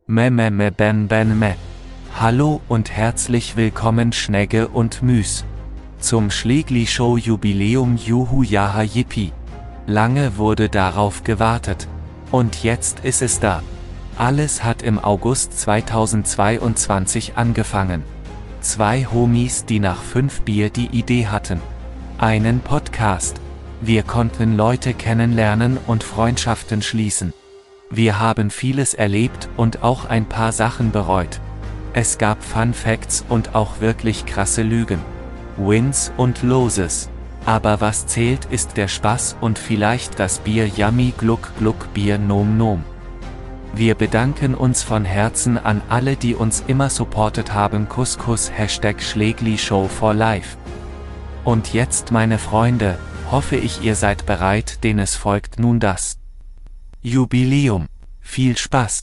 Me. Hallo und herzlich willkommen Schnegge und Müs. Zum Schlegli-Show Jubiläum Juhu Jaha Yippie. Lange wurde darauf gewartet. Und jetzt ist es da. Alles hat im August 2022 angefangen. 2 Homies, die nach 5 Bier die Idee hatten. Einen Podcast. Wir konnten Leute kennenlernen und Freundschaften schließen. Wir haben vieles erlebt und auch ein paar Sachen bereut. Es gab Fun Facts und auch wirklich krasse Lügen. Wins und Loses. Aber was zählt, ist der Spaß und vielleicht das Bier Yummy Gluck Gluck Bier Nom Nom. Wir bedanken uns von Herzen an alle, die uns immer supportet haben. Kuss #Schlegli-Show for Life. Und jetzt, meine Freunde, hoffe ich, ihr seid bereit, denn es folgt nun das Jubiläum. Viel Spaß!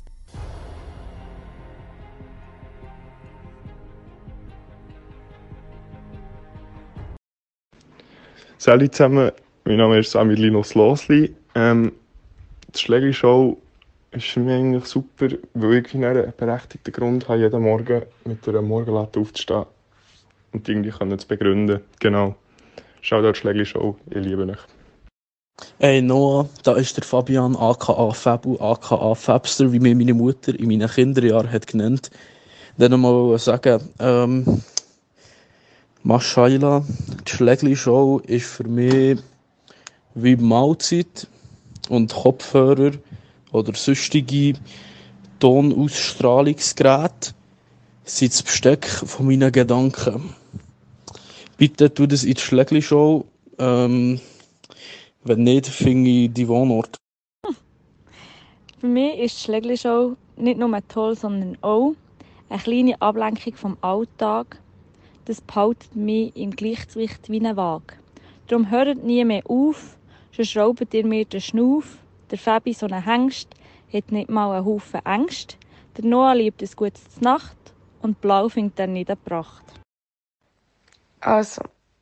Salut zusammen, mein Name ist Samir Linus Losli. Die Schlägershow ist für mich eigentlich super, weil ich einen berechtigten Grund habe, jeden Morgen mit einer Morgenlatte aufzustehen und irgendwie zu begründen. Genau. Schaut dort die Schlägershow, ich liebe euch. Hey Noah, da ist der Fabian aka Fabu aka Fabster, wie mich meine Mutter in meinen Kinderjahren hat genannt. Dann mal sagen, Maschallah, die Schlägli-Show ist für mich wie Mahlzeit und Kopfhörer oder sonstige Tonausstrahlungsgeräte sind das Besteck von meinen Gedanken. Bitte tu das in die Schlägli-Show. Wenn nicht, finde ich die Wohnort. Für mich ist die Schlägli-Show nicht nur toll, sondern auch eine kleine Ablenkung vom Alltag. Das behaltet mich im Gleichgewicht wie eine Waage. Darum hört nie mehr auf, sonst schraubt ihr mir den Schnauf. Der Fabi, so ein Hengst, hat nicht mal einen Haufen Ängste. Der Noah liebt es gutes Nacht und Blau findet er nicht eine Pracht. Also,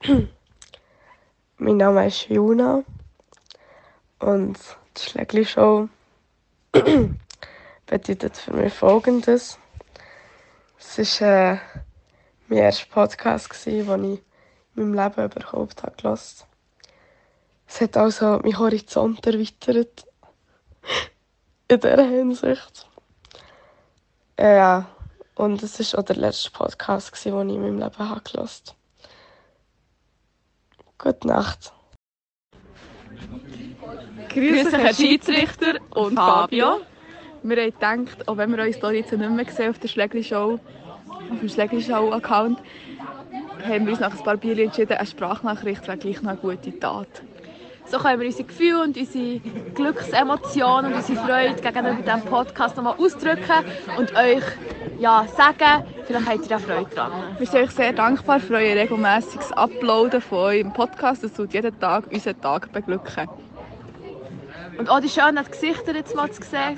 mein Name ist Juna und die Schlägli-Show bedeutet für mich Folgendes. Es war mein erster Podcast, den ich in meinem Leben überhaupt gehört habe. Es hat also meinen Horizont erweitert. In dieser Hinsicht. Ja, und es war auch der letzte Podcast, den ich in meinem Leben gehört habe. Gute Nacht. Grüß euch, Herr Schiedsrichter und Fabio. Wir haben gedacht, auch wenn wir eure Story jetzt nicht mehr sehen auf der Schlägli-Show, auf dem Schlägli-Show-Account, haben wir uns nach ein paar Bier entschieden, eine Sprachnachricht wäre gleich noch eine gute Tat. So können wir unsere Gefühle und unsere Glücksemotionen und unsere Freude gegenüber diesem Podcast nochmal ausdrücken und euch sagen, vielleicht habt ihr da Freude dran. Wir sind euch sehr dankbar für euer regelmässiges Uploaden von eurem Podcast. Das tut jeden Tag unseren Tag beglücken. Und auch die schönen Gesichter jetzt mal zu sehen.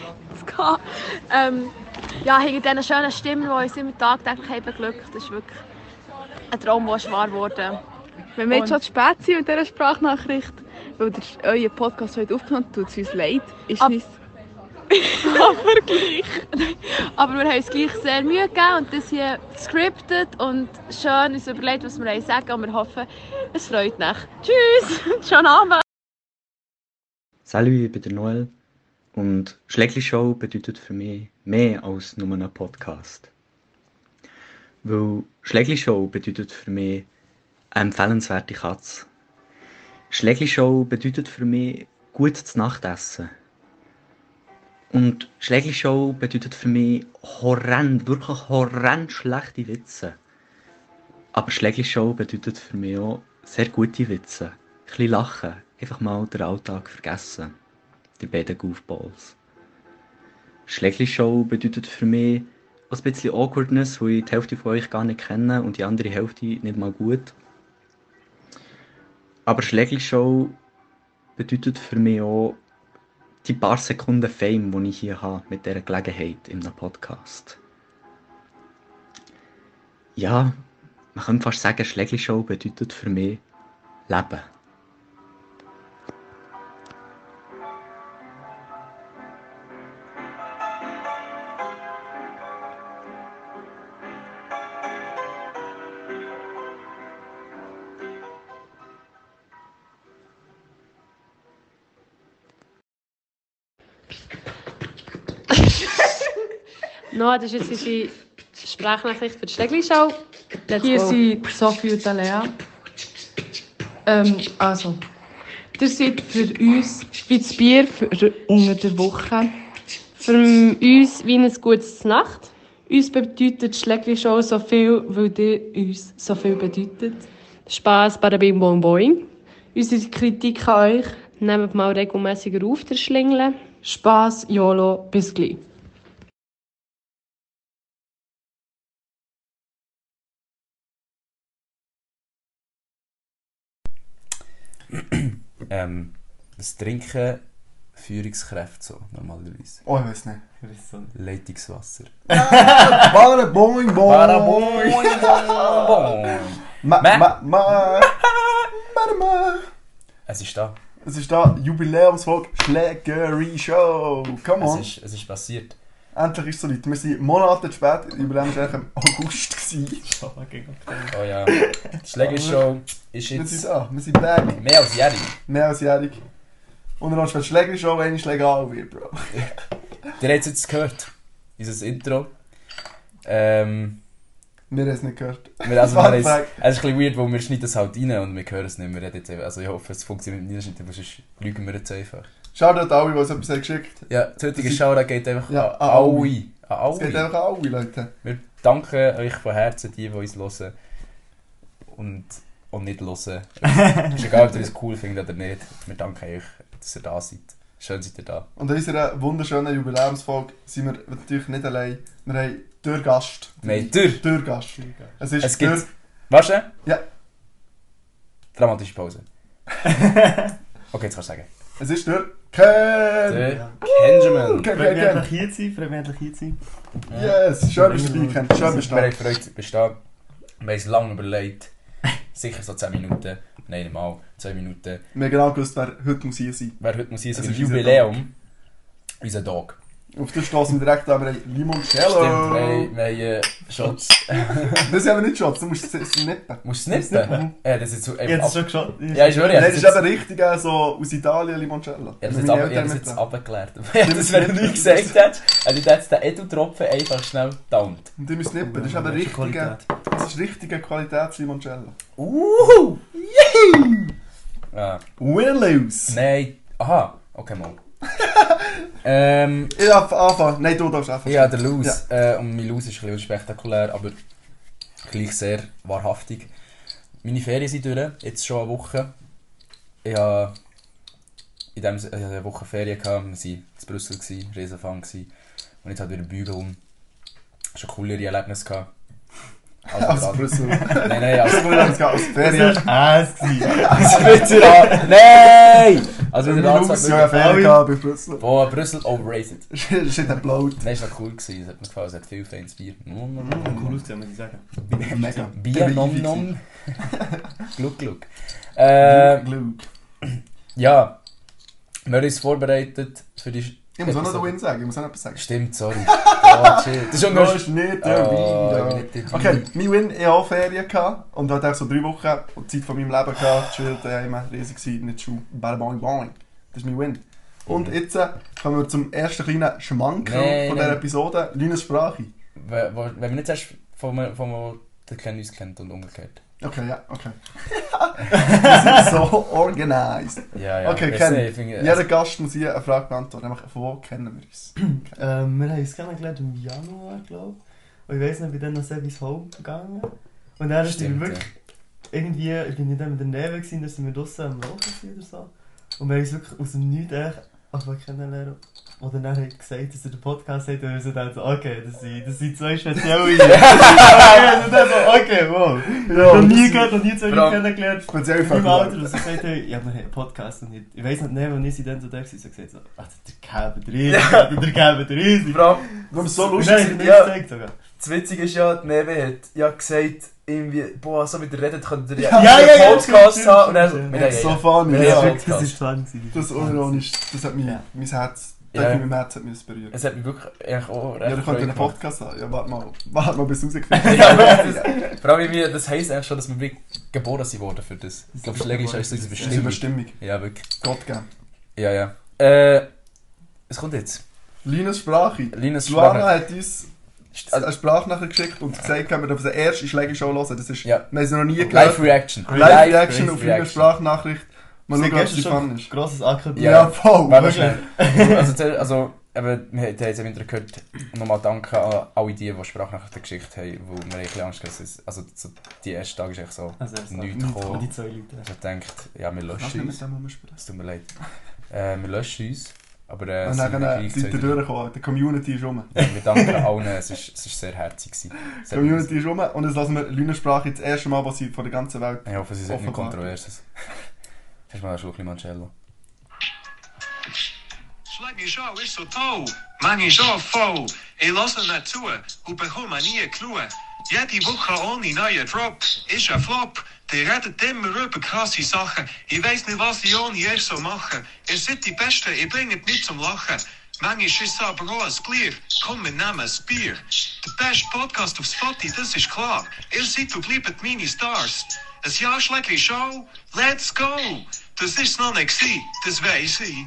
Hinter diesen schönen Stimmen, die uns immer tagtäglich beglückt, das ist wirklich ein Traum, der ist wahr geworden. Wenn wir jetzt schon zu spät sind mit dieser Sprachnachricht, weil ihr euren Podcast heute aufgenommen habt, tut es uns leid. Aber wir haben uns gleich sehr Mühe gegeben und das hier gescriptet und schön uns überlegt, was wir sagen und wir hoffen, es freut euch. Tschüss, schönen Abend! Salut, ich bin der Noel und Schlägli-Show bedeutet für mich mehr als nur einen Podcast. Weil Schlägli-Show bedeutet für mich eine empfehlenswerte Katze. Schlägli-Show bedeutet für mich gutes Nachtessen. Und Schlägli-Show bedeutet für mich wirklich horrend schlechte Witze. Aber Schlägli-Show bedeutet für mich auch sehr gute Witze. Ein bisschen lachen, einfach mal den Alltag vergessen. Die beiden Goofballs. Schlägli-Show bedeutet für mich auch ein bisschen Awkwardness, weil ich die Hälfte von euch gar nicht kenne und die andere Hälfte nicht mal gut. Aber Schlägli-Show bedeutet für mich auch die paar Sekunden Fame, die ich hier habe mit dieser Gelegenheit in einem Podcast. Ja, man könnte fast sagen, Schlägli-Show bedeutet für mich Leben. Noah, das ist jetzt unsere Sprachnachricht für die Schlägli-Show. Hier sind Sophie und Lea. Also, das seid für uns wie das Bier für unter der Woche. Für uns wie eine gute Nacht. Uns bedeutet die Schlägli-Show so viel, weil ihr uns so viel bedeutet. Spass, Barabing, Boing, Boing. Unsere Kritik an euch. Nehmt mal regelmäßiger auf, der Schlingel. Spass, YOLO, bis gleich. Das Trinken Führungskräfte so, normalerweise. Oh, ich weiß nicht. Leitungswasser. Bada-boing, boing. Bada-boing, boing. Es ist da. Es ist da, Jubiläumsfolge Schlägeri-Show. Come on. Es ist passiert. Endlich ist es so weit. Wir sind Monate spät. Jubiläum war eigentlich im August. Oh ja. Die Schlägeri-Show ist Wir jetzt sind da. Wir sind back. mehr als jährig. Mehr als jährig. Und dann wenn die Schlägeri-Show eine Schlägerei wird, Bro. Ihr habt es jetzt gehört. Unser Intro. Wir haben es nicht gehört. Es ist ein bisschen weird, weil wir schneiden es halt rein und wir hören es nicht mehr. Also ich hoffe, es funktioniert mit Niederschnitt, aber sonst lügen wir jetzt einfach. Schaut an alle, die uns etwas geschickt haben. Ja, das heutige Shoutout geht einfach Ja, an alle. Es geht einfach an alle, Leute. Wir danken euch von Herzen, die uns hören und nicht hören. Ist egal, ob ihr es cool findet oder nicht. Wir danken euch, dass ihr da seid. Schön seid ihr da. Und in unserer wunderschönen Jubiläumsfolge sind wir natürlich nicht allein. Wir haben den Gast. Nein, der Gast. Es gibt... Weißt du? Ja. Dramatische Pause. Okay, jetzt kannst du sagen. Es ist der Der Kenjamin. Freut mich endlich hier zu sein. Yes, schön bist du dabei, Ken. Schön bist du da. Wir haben gefreut, bist du da. Wir haben es lange überlegt. Sicher so 10 Minuten. Nein, mal 2 Minuten. Wir haben genau gewusst, wer heute muss hier sein. Wer heute muss hier sein? Es ist Jubiläum. Unser Dog. Auf der Straße wir direkt an, wir haben Limoncello. Stimmt, wir haben Shots. Das sind aber nicht Shots, du musst es snippen. Musst du es snippen? Ja, das ist so... Jetzt schon geschaut. Ja, ich schwöre. Nein, das ist eben richtig so aus Italien Limoncello. Ich habe das jetzt abgeklärt. Das, wenn du nicht gesagt hättest, hätte ich jetzt den Edu-Tropfen einfach schnell gedownt. Und die müssen snippen, das ist eben richtige Qualitäts-Limoncello. Ja. Willows! Nein. Aha, okay, mal. Ich darf anfangen. Nein, du darfst anfangen. Ja, der Luz. Ja. Und mein Luz ist ein bisschen spektakulär, aber gleich sehr wahrhaftig. Meine Ferien sind durch, jetzt schon eine Woche. Ich hatte eine Woche Ferien, wir waren in Brüssel, Riesenfang. Und jetzt hatte ich wieder Bügeln. Schon coolere Erlebnisse gehabt. Aus Brüssel. Nein, aus Ferien. Das war es. Also wieder nein! Also wieder an. Ich hatte Ferien bei Brüssel. Boah, Brüssel overrated. Shit, applaud. Nein, es war cool. Es hat mir gefallen, es hat viel feines Bier. Cool ausgesehen, muss ich sagen. Mega. Bier, nom. Gluck. Gluck. Ja, wir haben uns vorbereitet für die... Ich muss auch noch den Win sagen, ich muss auch noch etwas sagen. Stimmt, sorry. Oh, shit. Das ist nicht der Win. Okay, mein Win, ich hatte auch Ferien und hatte so 3 Wochen Zeit von meinem Leben gehabt, chillt daheim, riesig gewesen, nicht Schuh, boing. Das ist mein Win. Und jetzt kommen wir zum ersten kleinen Schmankerl von dieser Episode, Linus Sprache. Wenn wir nicht erst von der Ken uns kennt und umgekehrt. Okay. Wir sind so organized. Ja. Okay, Ken, jeder Gast muss hier eine Frage beantworten. Nämlich, von wo kennen wir uns? Wir haben uns kennengelernt im Januar, glaube ich. Und ich weiss nicht, ich bin dann nach Sevis Home gegangen. Und dann sind wir wirklich... Irgendwie, ich bin nicht mit der Nähe gewesen, dann sind wir draussen am Laufen oder so. Und wir haben uns wirklich aus dem Nichts kennenlernen. Oder dann hat er gesagt, dass er den Podcast hat, und wir sind dann so, okay, das sind 2 spezielle. Und dann so, okay, wow. Noch nie zwei Leute kennengelernt. Speziell in meinem Alter, dass er gesagt hat, ja, wir haben einen Podcast und nicht. Ich weiss nicht, wann ich dann so da war, so gesagt so, der geben riesig. Bro, das ist so lustig. Das Witzige ist ja, Neve hat ja gesagt, irgendwie, boah, so wie ihr redet, könnt ihr einen Podcast haben. Und dann so funny. Das ist spannend. Das ist unironisch, das hat mich, mein Herz... Mein Herz hat mich das berührt. Es hat mich wirklich eigentlich auch recht gefreut. Ja, ihr könnt einen Podcast haben. Ja, warte mal bis rausgekriegt. Vor allem, das heisst eigentlich schon, dass wir geboren sind worden für das. Ich glaube, Schlägli ist unsere Bestimmung. Unsere Bestimmung. Ja, wirklich. Gott geben. Ja. Es kommt jetzt. Linus Sprache. Luana hat uns eine Sprachnachricht geschickt und gesagt haben, wir dürfen die erste Schlägershow hören. Das ist, ja. Wir haben sie noch nie gehört. Live-Reaction. Live-Reaction auf eine Sprachnachricht. Man schaut, ob sie fun ist. Grosses Ankündigung. Ja, voll. Also, aber wir haben jetzt im Winter gehört, nochmal danke an alle die Sprachnachrichten geschickt haben, wo wir ein bisschen Angst hatten. Also so die ersten Tage ist echt so nichts gekommen. Die 2 Leute. Ich habe gedacht, ja, wir löschen uns. Es tut mir leid. Wir löschen uns. Aber und dann sind wir durchgekommen. Die Community ist rum. Wir danken allen, es ist sehr herzig. Die Community ist rum und jetzt lassen wir Lünensprache das erste Mal, was sie von der ganzen Welt. Ich hoffe, sie sind nicht kontrovers. Hast du mal ein Schluckchen Mancello? Schlägershow ist so toll, manchmal voll. Ich lasse nicht zu und bekomme nie Clou. Jede Woche ohne neuen Drop ist ein Flop. Die redet immer über krasse Sachen. Ich weiss nicht, was ich ohne ihr so mache. Ihr seid die Besten, ihr bringt mich zum Lachen. Manchmal ist es aber auch ein Glier. Komm, wir nehmen ein Bier. Der beste Podcast auf Spotify, das ist klar. Ihr seid und bleibt meine Stars. Ein Jahr Schlägershow, let's go! Das ist noch nicht gewesen, das weiss ich.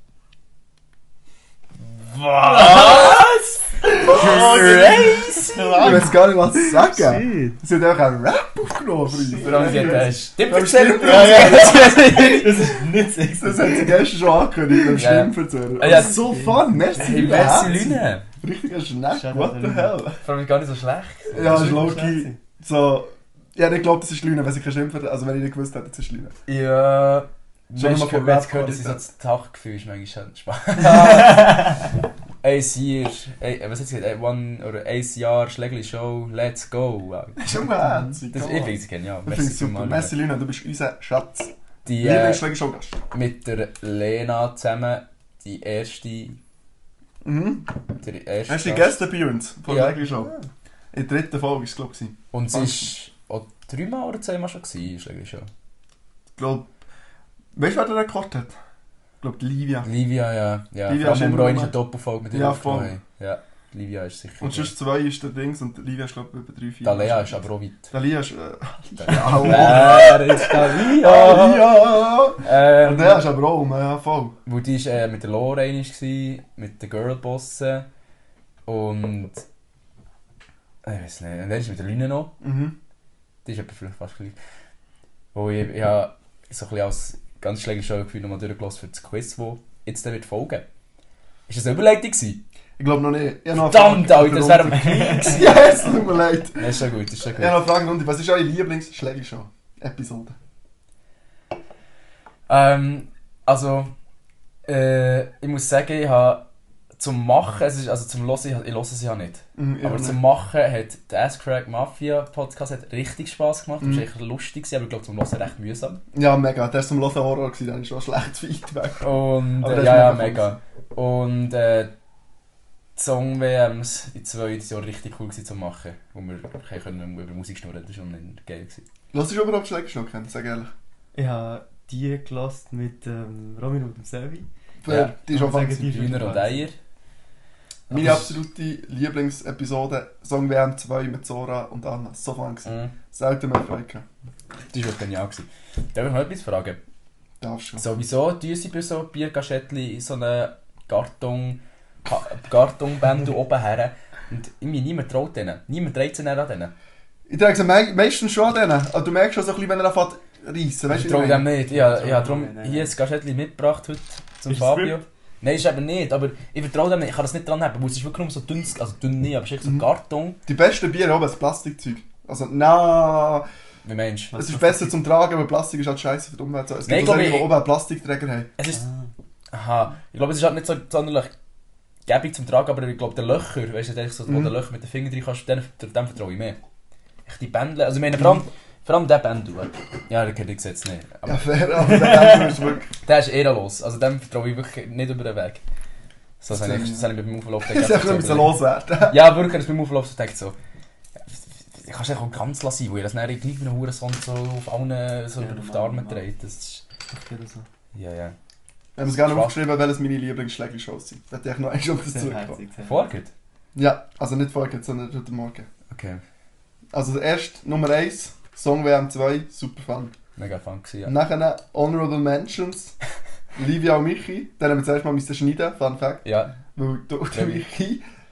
Was? Crazy! Ich weiß gar nicht, was zu sagen. Sie hat auch einen Rap aufgenommen für uns. Vor allem, sie hat eine Stimme Das ist nicht sexy. Das hat sie gestern schon angekündigt, beim Stimmverzerrer. Ja, so fun, merci Lüne. Richtiger Schneck, what the hell. Vor allem gar nicht so schlecht. Ja, das ist low-key. So, ja, ich glaube, das ist Lüne, wenn sie kein Stimmverzerrer, also wenn ich nicht gewusst hätte, das ist Lüne. Ja... Schon mal von Rap gehört, dass ich so das Taggefühl ist manchmal schon Spaß. Ein Jahr, was hat sie gesagt? Ein Jahr Schlägli-Show, let's go. Das ist schon herzig. Ich finde es genial. Ich finde es super. Merci Luna, du bist unser Schatz. Die Lieblings-Schlägershow-Gast. Mit der Lena zusammen die erste... Der erste Guest Appearance von der Schlägli-Show. In der 3. Folge war es, glaube ich. Und sie war auch 3 Mal oder 2 Mal schon in Schlägli-Show. Ich glaube... Weißt du, wer der Rekord hat? Ich glaube, Livia. Livia, ja. Livia vor allem, wo wir auch eine Doppelfolge mit ihr aufgenommen haben. Ja, Livia ist sicher... Und sonst 2 ist der Dings und Livia ist, glaube ich, über 3, 4. Dalia ist aber auch weit. Dalia ist... Wer ist Dalia? Und der ist aber auch ja, voll. Wo die war mit der Lore war, mit den Girlbossen und... Ich weiß nicht, und der ist mit der Lüne noch. Die ist vielleicht fast gleich. Wo ich so ein bisschen als... ganz Schlägershow nochmal durchgelassen für das Quiz, das jetzt wird folgen. Ist das eine Überleitung gewesen? Ich glaube noch nicht. Verdammt, Alter, das wäre am Krieg gewesen. Ja, es tut mir leid. Das ist schon gut, das ist schon gut. Ich habe noch eine Frage, was ist eure Lieblings-Schlägershow-Episode? Ich muss sagen, ich habe zum Machen, zum Hören, ich höre sie ja nicht. Aber zum Machen hat der Ass Crack Mafia Podcast richtig Spass gemacht. Das war echt lustig, aber ich glaube zum Hören recht mühsam. Ja, mega. Der war zum Hören Horror, der war schon schlecht Feedback. Und ja, mega. Und die Song-WMs, die 2, die waren richtig cool zum Machen. Wo wir können über Musik schnurren, das war schon geil. Lass dich überhaupt Schlägershow kennen, sag ehrlich. Ich habe die gehört mit Romin und dem Selvi. Ja, die ist auch Hühner und Eier. Meine absolute Lieblingsepisode, Song WM 2 mit Zora und Anna. So fun gewesen. Selten mehr Freude gehabt. Das war genial. Darf ich noch etwas fragen? Darfst du. So, wieso tun sie bei so Biergaschettchen in so einem Kartonbändel oben her und irgendwie niemand traut denen? Niemand dreht sich an denen? Ich trage sie meistens schon an denen. Aber du merkst schon so ein bisschen, wenn er anfängt zu reissen. Ich traue dem nicht. Ich habe darum hier ein Gaschettchen mitgebracht heute zum Fabio. Nein, ist eben nicht, aber ich vertraue dem nicht, ich kann das nicht dran haben, weil es ist wirklich nur so dünn, also dünn nicht, aber es ist echt so Karton. Die besten Biere haben das Plastikzeug. Also, na. Wie meinst du? Es ist besser zum Tragen, aber Plastik ist halt scheiße für die Umwelt. Es gibt Leute, die oben einen Plastikträger haben. Es ist... Aha. Ich glaube, es ist halt nicht so sonderlich gäbig zum Tragen, aber ich glaube, der Löcher, weißt du, so, wo der Löcher mit den Fingern drin kannst, dem vertraue ich mehr. Ich die Bändel, also ich meine, vor allem der Bändel. Ja, den kenne ich jetzt nicht. Aber ja, fair, aber der Bändel ist wirklich... Der ist ehrenlos, also dem vertraue ich wirklich nicht über den Weg. So, das habe ich beim Auflauf gedacht. Das ist einfach ein bisschen loswerden. Ja, wirklich, beim Auflauf gedacht so... Ich kann es auch ganz lassen, weil das dann gleich wie ein Hurensohn so auf allen so auf die Arme dreht. Das ist... so. Ja, ja. Wir haben es gerne aufgeschrieben, welches meine Lieblingsschlägershows sind. Da hätte ich noch einmal auf das zurückkommen. Vorgehen? Ja, also nicht vorgehen, sondern heute Morgen. Okay. Also erst Nummer 1, Song WM 2, super fun. Mega fun gewesen, ja. Nachher Honorable Mentions, Livia und Michi. Dann haben wir zuerst mal schneiden, Fun Fact. Ja. Weil der Michi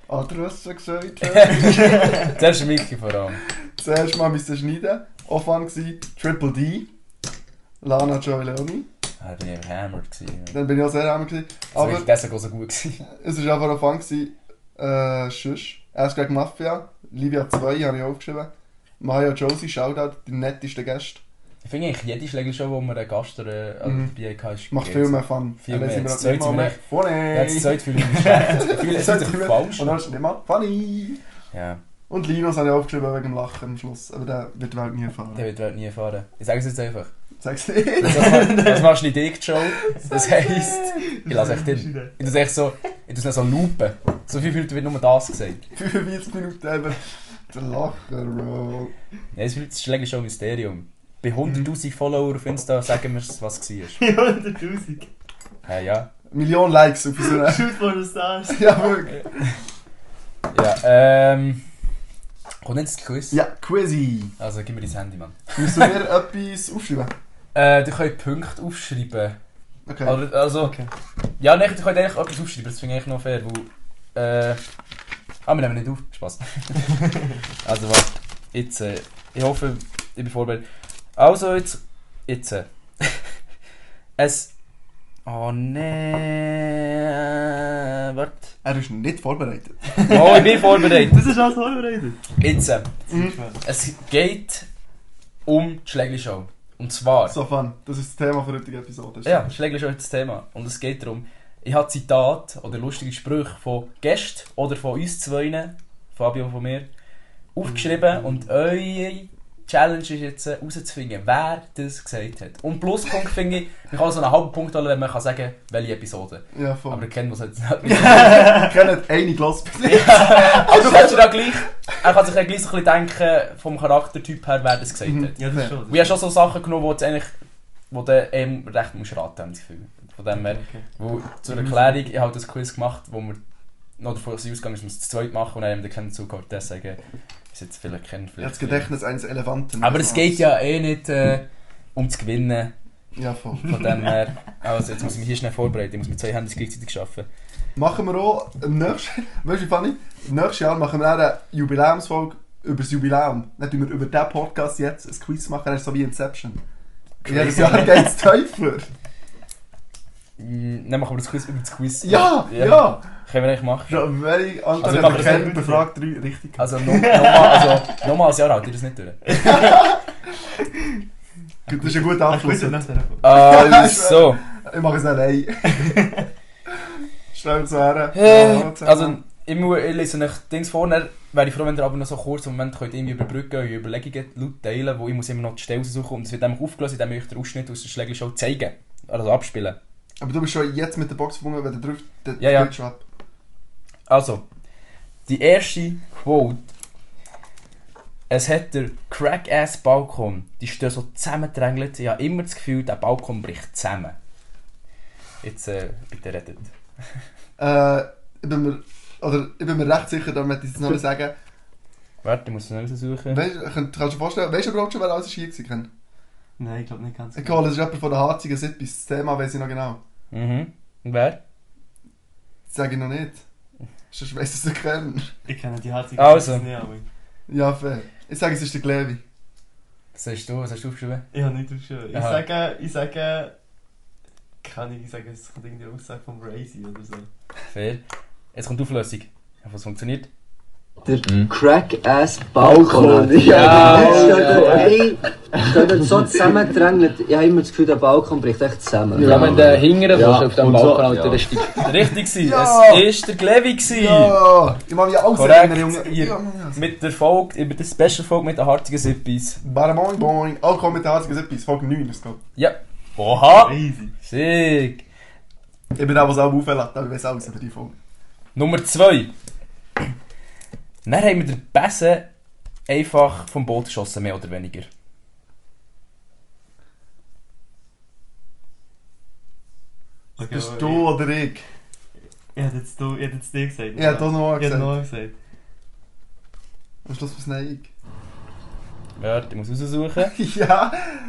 Adresse gesagt. Zuerst der Micky vor allem. Zuerst mal müssen schneiden. Auch fun gewesen. Triple D. Lana Joy Leoni. Da bin ich hammered gewesen. Dann bin ich auch sehr hammered gewesen. Aber Aber das war so gut gewesen. es war einfach auch fun gewesen. Schuss. Erst gegen Mafia. Livia 2 habe ich aufgeschrieben. Maya Josie, Shoutout, die nettesten Gäste. Ich finde eigentlich, jede Schlägershow, wo wir einen Gast dabei hatte, ist macht viel mehr Fun. Viel mehr. Das Funny. Ja, das zweite fühle ich mich schlecht. Es fühlt sich falsch. Und dann ist es nicht mal funny. Ja. Und Linus habe ich aufgeschrieben wegen dem Lachen am Schluss. Aber der wird die Welt nie erfahren. Der wird die Welt nie erfahren. Ich sage es jetzt einfach. Sag's nicht. Das machst du nicht die Show. Das heisst, ich lasse echt hin. Ich tue es so loopen. So 5 Minuten wird nur das gesagt. 45 Minuten eben. Der Lacher, Bro. Ja, es wird das Schlägershow Mysterium. Bei 100'000 Follower auf Insta sagen wir, was es war. 100'000? Ja. Million Likes auf unserer... Shoot for the stars. Ja, wirklich. Ja, kommt jetzt das Quiz? Ja, Quizzy. Also, gib mir dein Handy, Mann. Müssen wir etwas aufschreiben? Du könnt Punkte aufschreiben. Okay. Also, ja, nein, du könnt eigentlich etwas aufschreiben, das finde ich noch fair, weil... wir nehmen nicht auf, Spaß. Also, was? Jetzt, ich hoffe, ich bin vorbereitet. Also, jetzt. Oh nee. Warte. Er ist nicht vorbereitet. Oh, ich bin vorbereitet. Das ist alles vorbereitet. Jetzt. Es geht um die Schlägershow. Und zwar... So fun. Das ist das Thema für die heutige Episode. Ja, die Schlägershow ist das Thema. Und es geht darum, ich habe Zitate oder lustige Sprüche von Gästen oder von uns zwei, Fabio und von mir, aufgeschrieben. Und eure Challenge ist jetzt herauszufinden, wer das gesagt hat. Und Pluspunkt finde ich, man kann so einen halben Punkt holen, wenn man kann sagen, welche Episode. Ja, voll. Aber ihr kennt was jetzt nicht. Ich kenne eine Glas bis jetzt. Aber du kannst dir ja gleich, er kann sich ja gleich so ein bisschen denken, vom Charaktertyp her, wer das gesagt hat. Ja, das schon. Und ich habe schon so Sachen genommen, wo du recht musst raten, habe ich das Gefühl. Von dem her, wo, zur Erklärung, ich habe das Quiz gemacht, wo wir noch davon ausgegangen sind, dass wir es zu zweit machen und dann haben wir keinen zugehört, deswegen ist jetzt vielleicht kennen. Ja, das Gedächtnis eines Elefanten. Aber es geht ja eh nicht um zu gewinnen. Ja, voll. Von dem her, also jetzt muss ich mich hier schnell vorbereiten, ich muss mit 2 Handys gleichzeitig arbeiten. Machen wir auch weißt du wie funny? Nächstes Jahr machen wir auch eine Jubiläumsfolge über das Jubiläum. Dann tun wir über diesen Podcast jetzt ein Quiz machen, das ist so wie Inception. Jedes Jahr geht es tiefer. Dann machen wir das Quiz über das Quiz. Ja! Können wir eigentlich machen. Schon, welche Antwort Also, kennt, befragt 3 richtig. Also nochmal ein Jahr alt, ihr das nicht durch. Das ist ein guter Abschluss. Also. Ich mache es allein. Schnell zu her. Also, ich lese euch Dings vor, dann wäre ich froh, wenn ihr aber noch so kurz im Moment könnt irgendwie überbrücken, eure Überlegungen laut teilen, wo ich muss immer noch die Stelle suchen und es wird einfach aufgelöst, indem ich euch den Ausschnitt aus der Schlägershow zeigen. Also abspielen. Aber du bist schon jetzt mit der Box verbunden, wenn du drauf ja. Also, die erste Quote. Es hat der Crack-Ass-Balkon, die stehen so zusammengedrängelt. Ich habe immer das Gefühl, der Balkon bricht zusammen. Jetzt bitte redet. Ich bin mir recht sicher, damit ich es noch nicht sagen. Warte, ich muss es noch raussuchen. Kannst du dir vorstellen, weißt du überhaupt schon, wer alles hier war? Nein, ich glaube nicht ganz. Ich hole, das ist jemand von der Harzigen Sippis. Das Thema weiss ich noch genau. Mhm. Und wer? Das sage ich noch nicht. Sonst weiss ich es nicht kennen. Ich kenne die Harzigen also. nicht, aber... Ja, fair. Ich sage, es ist der Glevi. Was hast du aufgeschrieben? Ich habe nicht aufgeschrieben. Ich sage... Ich sage, es kommt irgendwie eine Aussage von Brazy oder so. Fair. Jetzt kommt die Auflösung. Was funktioniert? Der Crack-Ass-Balkon. Ja! Steht so zusammengedrängelt. Ich habe immer das Gefühl, der Balkon bricht echt zusammen. Ja, wenn der Hingern auf dem Balkon halt richtig war. Ja. Es war der Glevi. Ja! Ich mache mich alles erinnern, Junge. Mit der Folge, über das Special-Folge mit den Harzigen Sippis. Baramoing boing. Alkohol mit den Harzigen Sippis. Folge 9 ist es, glaube ich. Ja. Oha! Easy. Sick! Ich bin auch was auch aufgeladen, aber ich weiß alles über die Folge. Nummer 2. Dann haben wir den Besen einfach vom Boot geschossen, mehr oder weniger. Okay, bist du oder ich? Ich hätte jetzt dir gesagt. Ich hätte auch noch gesagt. Am Schluss was nein. Warte, ich muss raussuchen. Ja!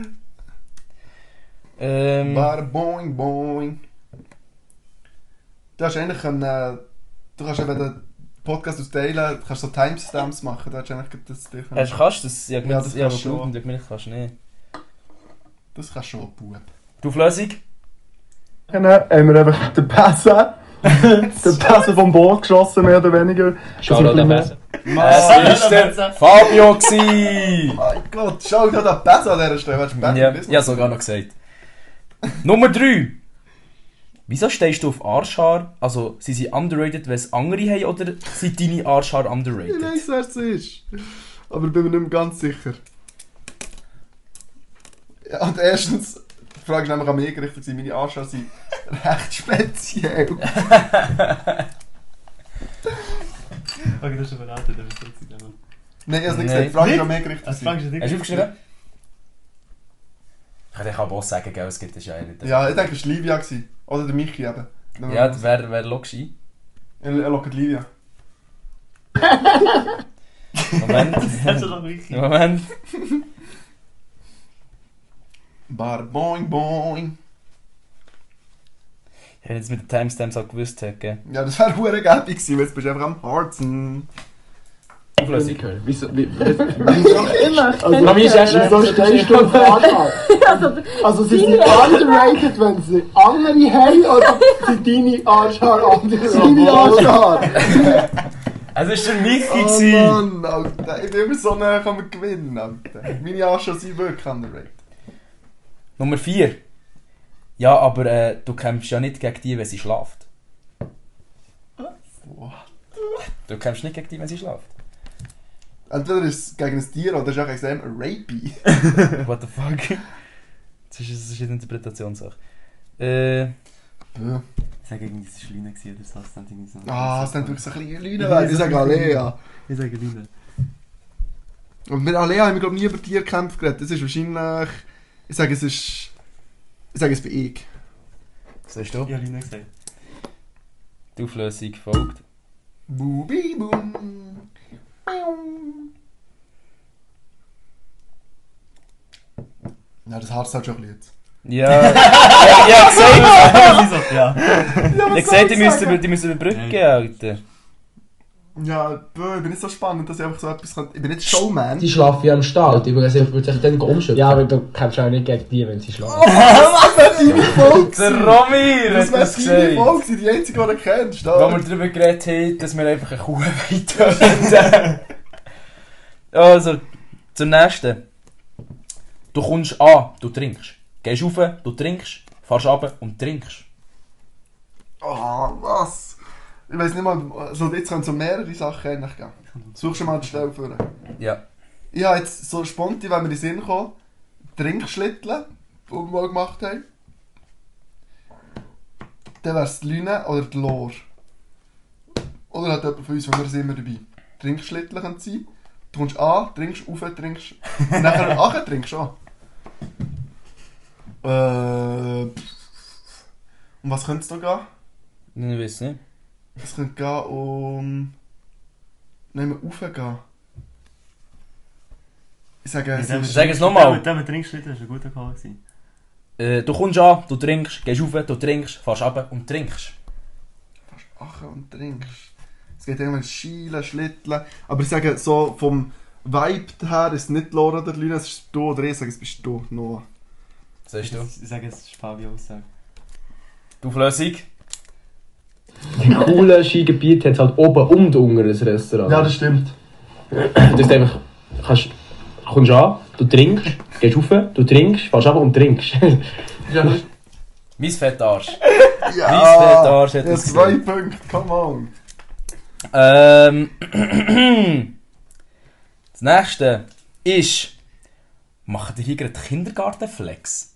Boing, boing. Du hast eigentlich du kannst eben Podcast austeilen, kannst so Timestamps machen, da hast du eigentlich das Ding. Kannst du das? Ja, das kannst du schon. Kannst du nicht. Das kannst du schon, Bub. Du Flössig? Dann haben wir einfach den Pässe. Den Pässe vom Boot geschossen, mehr oder weniger. Schau da den Pässe. Es war der Fabio gsi. Mein Gott, schau dir den Pässe an dieser Stelle. Ja, sogar noch gesagt. Nummer 3. Wieso stehst du auf Arschhaar? Also, sind sie underrated, weil es andere haben, oder sind deine Arschhaar underrated? Ich weiss, wer es ist. Aber bin mir nicht mehr ganz sicher. Ja, und erstens, die Frage ist nämlich an mich gerichtet, meine Arschhaare sind recht speziell. Okay, das ist aber nicht, das ist jetzt nicht. Nein, ich habe es nicht gesagt. Die Frage ist an mich gerichtet. Hast du aufgeschrieben? Ich kann aber auch sagen, gell, es gibt es ja nicht. Ja, ich denke, es war Livia. Oder der Michi eben. Ja, wer loggst du ein? Er loggt Livia. Moment. Moment. Bar boing boing. Ich hätte jetzt mit den Timestamps auch gewusst, gell? Ja, das wäre verdammt geil gewesen, weil jetzt bist du einfach am Harzen. Auflösung. Wieso immer? Wieso stehst du auf Arschhaar? Also sind sie underrated, wenn sie andere haben, oder sind deine Arschhaar underrated? Deine Arschhaar! Es war der Michi. Oh Mann, Alter. Ich bin immer so nah, kann man gewinnen, Alter. Meine Arschhaare sind wirklich underrated. Nummer 4. Ja, aber du kämpfst ja nicht gegen die, wenn sie schläft. What? Du kämpfst nicht gegen die, wenn sie schläft. Entweder ist es gegen ein Tier oder ist es auch extrem rapey. What the fuck? Das ist eine Interpretationssache. Ja. Ich sage irgendwie, es war Lüne oder so. Es sind wirklich so ein bisschen Lüne. Ich sage Alea. Ich sage Lüne. Und mit Alea haben wir, glaube ich, nie über Tierkämpfe geredet. Das ist wahrscheinlich... Ich sage, es bin ich. Was sagst du? Ich habe Lüne gesagt. Die Auflösung folgt. Bubi bum. Ja, das Harz hat schon ein bisschen jetzt. Ja, ich habe gesagt, die müssen überbrücken, Alter. Ja, ich bin nicht so spannend, dass ich einfach so etwas kann. Ich bin nicht Showman. Die schlafen ja am Stall, ich würde sich dann umschütteln. Ja, aber du kämpfst auch nicht gegen die, wenn sie schlafen. Oh, was wäre deine Folge? Der Romir das hat das gesagt. deine Folge, die einzige, die du kennst. Wo wir darüber geredet haben, dass wir einfach eine Kuh töten. Also, zum nächsten. Du kommst an, du trinkst. Gehst rauf, du trinkst. Fährst runter und trinkst. Oh, was? Ich weiss nicht mal, also jetzt können so mehrere Sachen eigentlich geben. Suchst du mal die Stelle vor. Ja. Ich habe jetzt so spontan, wenn wir in den Sinn kommen, Trinkschlitteln, die wir mal gemacht haben. Dann wäre es die Lüne oder die Lore. Oder hat jemand von uns, wir sind immer dabei. Trinkschlitteln kann es sein. Du kommst an, trinkst, rauf, trinkst. Und nachher nachher trinkst du auch. Um was könnte es da gehen? Ich weiß nicht. Es könnte gehen um... Nein, wir raufgehen. Ich sage es nochmal. Mit dem Trinkschritt war ein guter Call. Du kommst an, du trinkst, gehst rauf, du trinkst, fährst runter und trinkst. Fährst runter und trinkst. Es geht irgendwann Schielen, Schlitteln. Aber ich sage, so vom Vibe her ist es nicht Laura oder Lina, es ist du oder ich sage, es bist du, Noah. Was sagst du? Ich sage, es ist Fabio Aussage. Die Auflösung? Die coolen Skigebiete hat halt oben und unten ein Restaurant. Ja, das stimmt. Das ist einfach, kommst an, du trinkst, gehst rauf, du trinkst, fährst runter und trinkst. Ja. Mein Fettarsch. Ja, mein Fettarsch hat ja, das 2 Punkte, come on. Das nächste ist... Machen die hier gerade Kindergartenflex?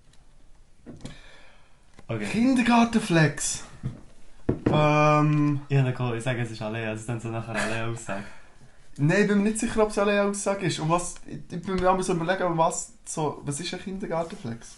Okay. Kindergartenflex? Ich sage, es ist Alea, das ist dann so nachher Alea-Aussage. Nein, ich bin mir nicht sicher, ob es eine Aussage ist. Und was, ich bin mir auch so überlegen, was ist ein Kindergartenflex?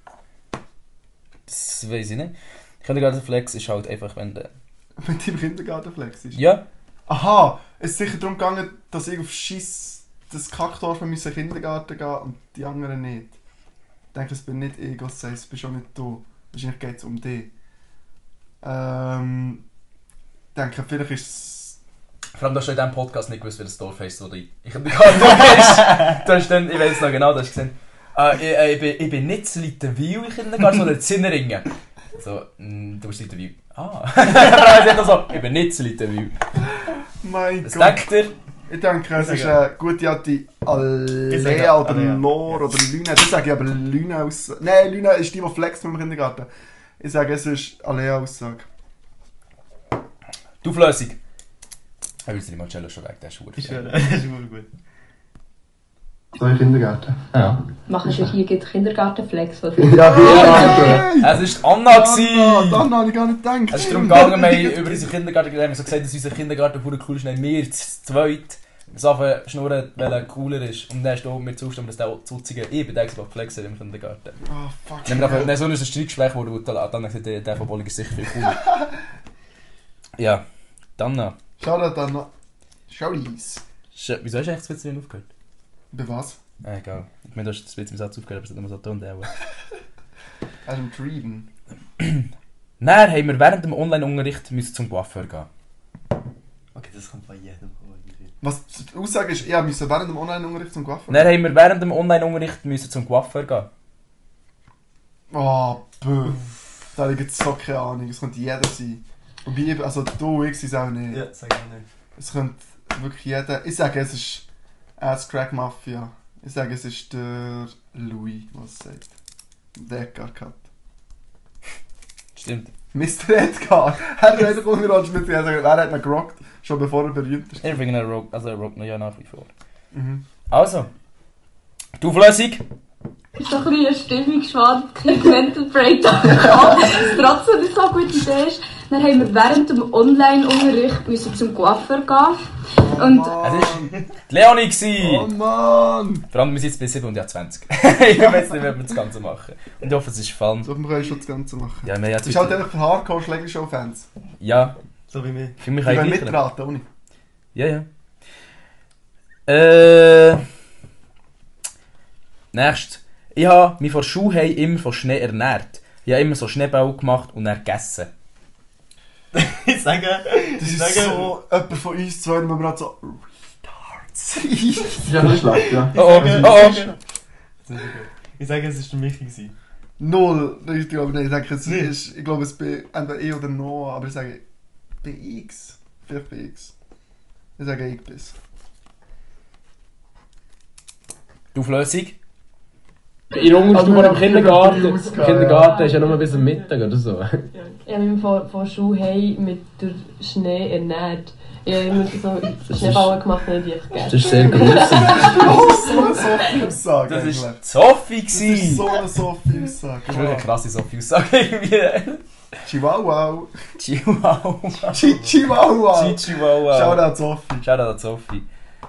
Das weiß ich nicht. Kindergartenflex ist halt einfach, wenn der... Mit dem Kindergartenflex ist? Ja. Aha, es ist sicher darum gegangen, dass ich auf Schiss das Kackdorf in den Kindergarten gehen und die anderen nicht. Ich denke, es bin nicht ich, was heißt, es bist auch nicht du. Wahrscheinlich geht es um dich. Ich denke, vielleicht ist es Vor allem, du hast schon in diesem Podcast nicht gewusst, welches Dorf heisst, oder ich in der Garten bist. Du hast dann, ich weiß noch genau, du hast gesehen, ich bin nicht zu Littenwil in Kindergarten, sondern in Zinneringen. So, du bist Littenwil. Aber er sagt so, ich bin nicht zu Littenwil. Mein Was Gott. denkt ihr? Ich denke, es ist eine gute alte Alea oder Lor oder Lüne. Das sage ich aber Lüne aus. Nein, Lüne ist die flext mit dem Kindergarten. Ich sage, es ist Alea-Aussage. Die Auflösung. Ich will die Marcello schon weg, der ist schwul. Das ist gut. So im Kindergarten? Ja. Machen wir hier Kindergartenflex? Ja, Kindergarten. Es war Anna. Anna habe ich gar nicht gedacht. Es ist darum gegangen, wir haben über unseren Kindergarten geredet, wir haben so gesagt, dass unser Kindergarten verdammt cool ist, dann haben wir zu zweit so schnurren, welcher cooler ist. Und dann hast du mir zugestimmt, dass der Zuzige, ich bin der Flexer im Kindergarten. Oh fuck. Dann haben wir so ein Streitgespräch, wo dann gesagt, der von Bolliger ist sicher viel cooler. Ja, dann noch. Schau da dann noch. Schau dies. Wieso hast du eigentlich das Witz aufgehört? Bei was? Egal. Ich meine, du hast das Witz im Satz aufgehört, aber es hat immer so Ton der. Hast du getrieben? Dann haben wir während dem Online-Unterricht zum Coiffeur gehen. Okay, das kommt bei jedem vor. Was die Aussage ist, ich musste während dem Online-Unterricht zum Coiffeur? Dann haben wir während dem Online-Unterricht zum Coiffeur gehen. Oh, bäh. Da habe ich jetzt so keine Ahnung. Es könnte jeder sein. Wobei, also du, ich es auch nicht. Ja, sag ich nicht. Es könnte wirklich jeder... Ich sage, es ist Ass Crack Mafia. Ich sage, es ist der Louis, was sagt. Der Edgar Cut. Stimmt. Mr. Edgar. Er hat einfach umgerutscht mit mir. Er hat ihn gerockt, schon bevor er berühmt ist. Ich finde, er rockt noch ja nach wie vor. Mhm. Also, die Auflösung. Es ist so ein bisschen eine Stimmung geschwand, ein bisschen Mental Breakdown gehabt, was trotzdem nicht so eine gute Idee ist. Dann haben wir während dem Online-Unterricht zum Coiffeur gehen. Und Es war Leonie. Oh Mann! Vor allem, wir sind jetzt bei 7 und ja 20. Ich weiß nicht, wie wir das Ganze machen. Und ich hoffe, es ist gefallen. So, wir können schon das Ganze machen. Ja, wir Das ist halt einfach für Hardcore-Schlägershow-Fans. Ja. So wie mir. Für mich Die können eigentlich. mitraten, ohne. Ja, ja. Nächstes. Ich habe mich vor Schule immer von Schnee ernährt. Ich habe immer so Schneeball gemacht und dann gegessen. Ich sage... Das ist so jemand von uns zwei, wenn wir gerade so... Retards. Ja, das ist schlecht, ja. Ich sage, es war der Michi gewesen. Null, richtig, aber nein, ich denke, es ist... Ich glaube, es bin entweder ich oder Noah, aber ich sage... BX. Vielleicht BX. Ich sage, ich bis. Die Auflösung? In der Unterstufe im Kindergarten. Im Kindergarten ist ja nur bis am Mittag oder so. Ich habe mich vor Schule mit der Schnee ernährt. Ich habe immer so Schneeballen gemacht und die gegessen. Das ist sehr gruselig. Das ist so eine Sophie-Aussage. Das war Sophie. Das ist so eine Sophie-Aussage. Das ist wirklich eine krasse Sophie-Aussage irgendwie. Chihuahua. Chihuahua. Chihuahua. Chihuahua. Shoutout Sophie. Shoutout Sophie.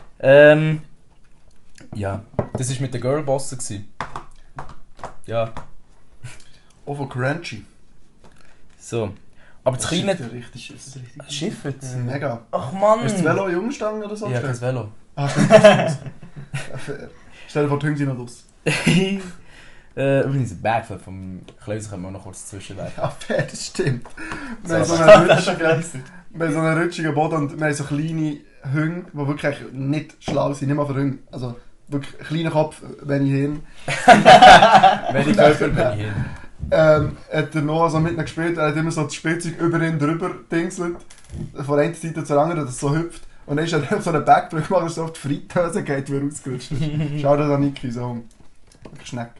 Ja, das war mit den Girlbossen. Ja. Auch von Crunchy. So. Aber das kleine... Richtig Schiffert? Mega. Ach Mann! Ist das Velo Jungstange oder so? Ja, kein Velo. Ah, fair. Stell dir vor, die Hunde sind noch draus. Übrigens, ein Backflip vom Klöser können wir noch kurz zwischenwerfen. Ja, fair, das stimmt. Wir haben So, so einen rutschigen Boden und wir haben so kleine Hunde, die wirklich nicht schlau sind, nicht mal für Hunde. Also wirklich kleiner Kopf, wenn ich hin. Wenn ich Körper, wenn ich hin. Hat der Noah so mit ihnen gespielt, er hat immer so das Spielzeug über ihn drüber dingselt, von einer Seite zur anderen, dass es so hüpft. Und dann ist er so einen Backbrück gemacht, dass er so auf die Fritteuse geht, wie er ausgerutscht ist. Schau dir da Niki, so wirklich Schneck.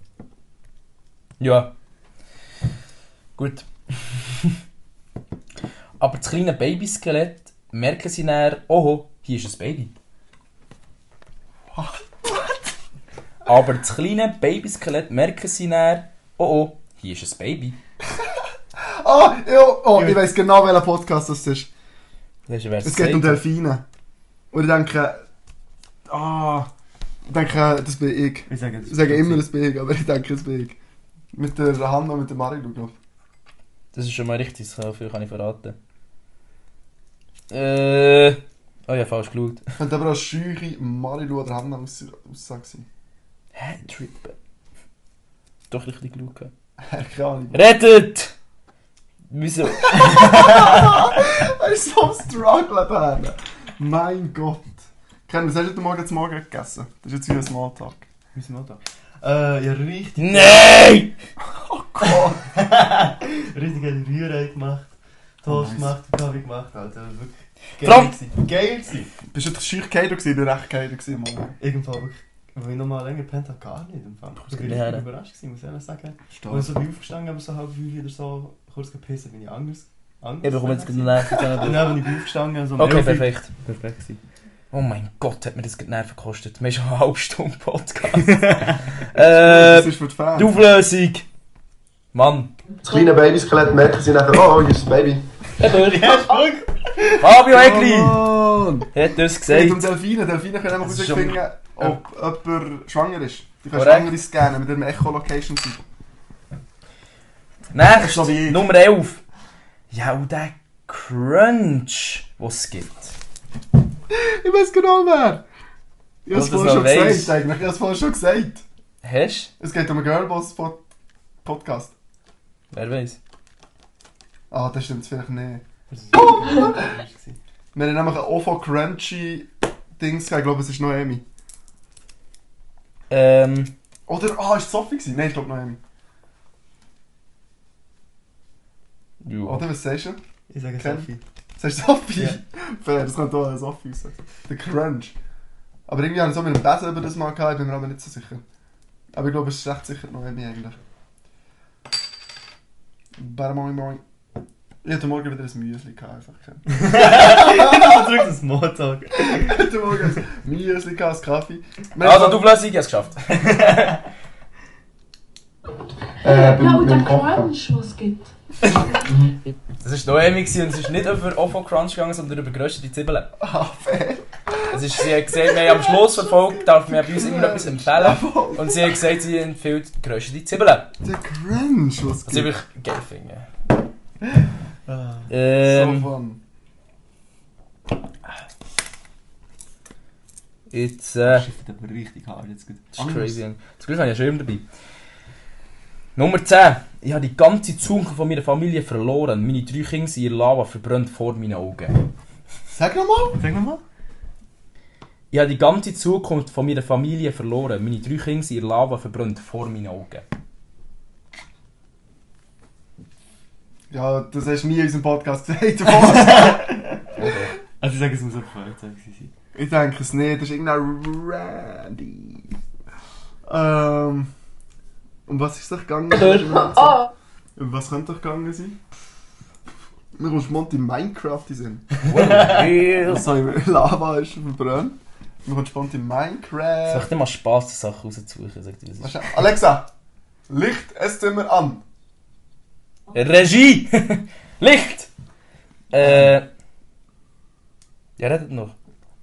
Ja. Gut. Aber das kleine Babyskelett merken sie dann, oh, hier ist ein Baby. Aber das kleine Babyskelett merken sie dann, oh, hier ist ein Baby. Ich weiss genau, welcher Podcast das ist. Es geht um Delfine. Und ich denke, das bin ich. Ich sage immer, das bin ich, aber ich denke, das bin ich. Mit der Hanna und mit der Marilu, glaube ich. Das ist schon mal richtig, so viel kann ich verraten. Oh ja, falsch geschaut. Könnte aber auch scheuche Marilu oder Hanna Aussage sein. Hä? Trippen? Doch richtig geschaut. Keine Ahnung. Rettet! Wieso? Er ist so am Struggle da. Mein Gott. Ken, was hast du heute Morgen zum Morgen gegessen? Das ist jetzt wie ein Smalltalk. Wie Smalltalk? Ja, richtig. Nein! Oh Gott! Richtig geile Rührei gemacht. Toast gemacht, Kaffee gemacht, Alter. Wirklich geil gewesen. Geil gewesen. Bist du schüch Keido gewesen? Du recht Keido gewesen, Mann. Irgendwann wirklich. Weil ich noch mal länger gepennt habe, gar nicht. Ich war richtig überrascht gewesen, muss ich ehrlich sagen. Stark. Als ich so aufgestanden habe, so halb 5 oder so, kurz gepisst, bin ich anders. Ich bekomme jetzt genervt. Dann bin ich aufgestanden. So okay, perfekt. Perfekt. Oh mein Gott, hat mir das Nerven gekostet. Wir haben schon eine halbe Stunde Podcast. Das ist für die Fans. Die Auflösung. Mann. Das kleine Babyskelett merken sie nachher, oh, hier ist das Baby. Fabio Egli! Hat er es gesagt? Und Delfine können einfach herausfinden, ob jemand schwanger ist. Du kannst Korrekt. Schwangere scannen mit dem Echolocation sein. Nächstes, Nummer 11. Ja, und der Crunch, was es gibt. Ich weiß genau wer. Ich habe es Was vorher schon das noch gesagt, eigentlich. Ich habe es vorher schon gesagt. Hast Es geht um einen Girlboss Podcast. Wer weiß? Ah, das stimmt vielleicht nicht. Wir haben nämlich ein OFO Crunchy Dings gehabt. Ich glaube, es ist Noemi. Oder, ist es Sophie gewesen? Nein, ich glaube Noemi. Ja. Oder, was sagst du? Ich sage Sophie. Sagst du Sophie? Ja. Fair, das könnte auch eine Sophie sein. Der Crunch. Aber irgendwie habe ich so mit dem Besen über das mal gehabt, ich bin mir aber nicht so sicher. Aber ich glaube, es ist recht sicher Noemi eigentlich. Badamoing boing. Ich hatte morgen wieder ein Müsli gehabt, einfach. Zurück zum Smalltalk. Ich hatte morgen ein Müsli gehabt, ein Kaffee. Also, du Auflösung, ich habe es geschafft. Ja, und der Crunch, was es gibt. Das war Noemi und es ist nicht über OFO Crunch gegangen, sondern über geröstete Zwiebeln. Ah, fair. Sie hat gesagt, wir haben am Schluss der Folge darf man bei uns immer etwas empfehlen. Und sie hat gesagt, sie empfiehlt geröstete Zwiebeln. Der Crunch, was das ich wirklich geil finde. So fun. Jetzt, Schifft aber richtig hart jetzt gut. Das ist crazy. Das Glück habe ich ja Schirm dabei. Nummer 10. Ich habe die ganze Zukunft von meiner Familie verloren. Meine 3 Kinder sind in Lava verbrannt vor meinen Augen. Sag nochmal. Ich habe die ganze Zukunft von meiner Familie verloren. Meine 3 Kinder sind in Lava verbrannt vor meinen Augen. Ja, das hast du nie in unserem Podcast gesagt. Also ich sage, es muss ein Feuerzeug sein. Ich denke es nicht, das ist irgendein Randy. Um was ist es doch gegangen? Um was könnte doch gegangen sein? Mir kommt spontan in Minecraft in Sinn. Sorry, Lava ist verbrannt. Mir kommt spontan in Minecraft. Es macht immer Spass, Sachen rauszusuchen. Sagt ihr, das ist. Alexa, Licht Esszimmer an. Regie! Licht! Ja, redet noch.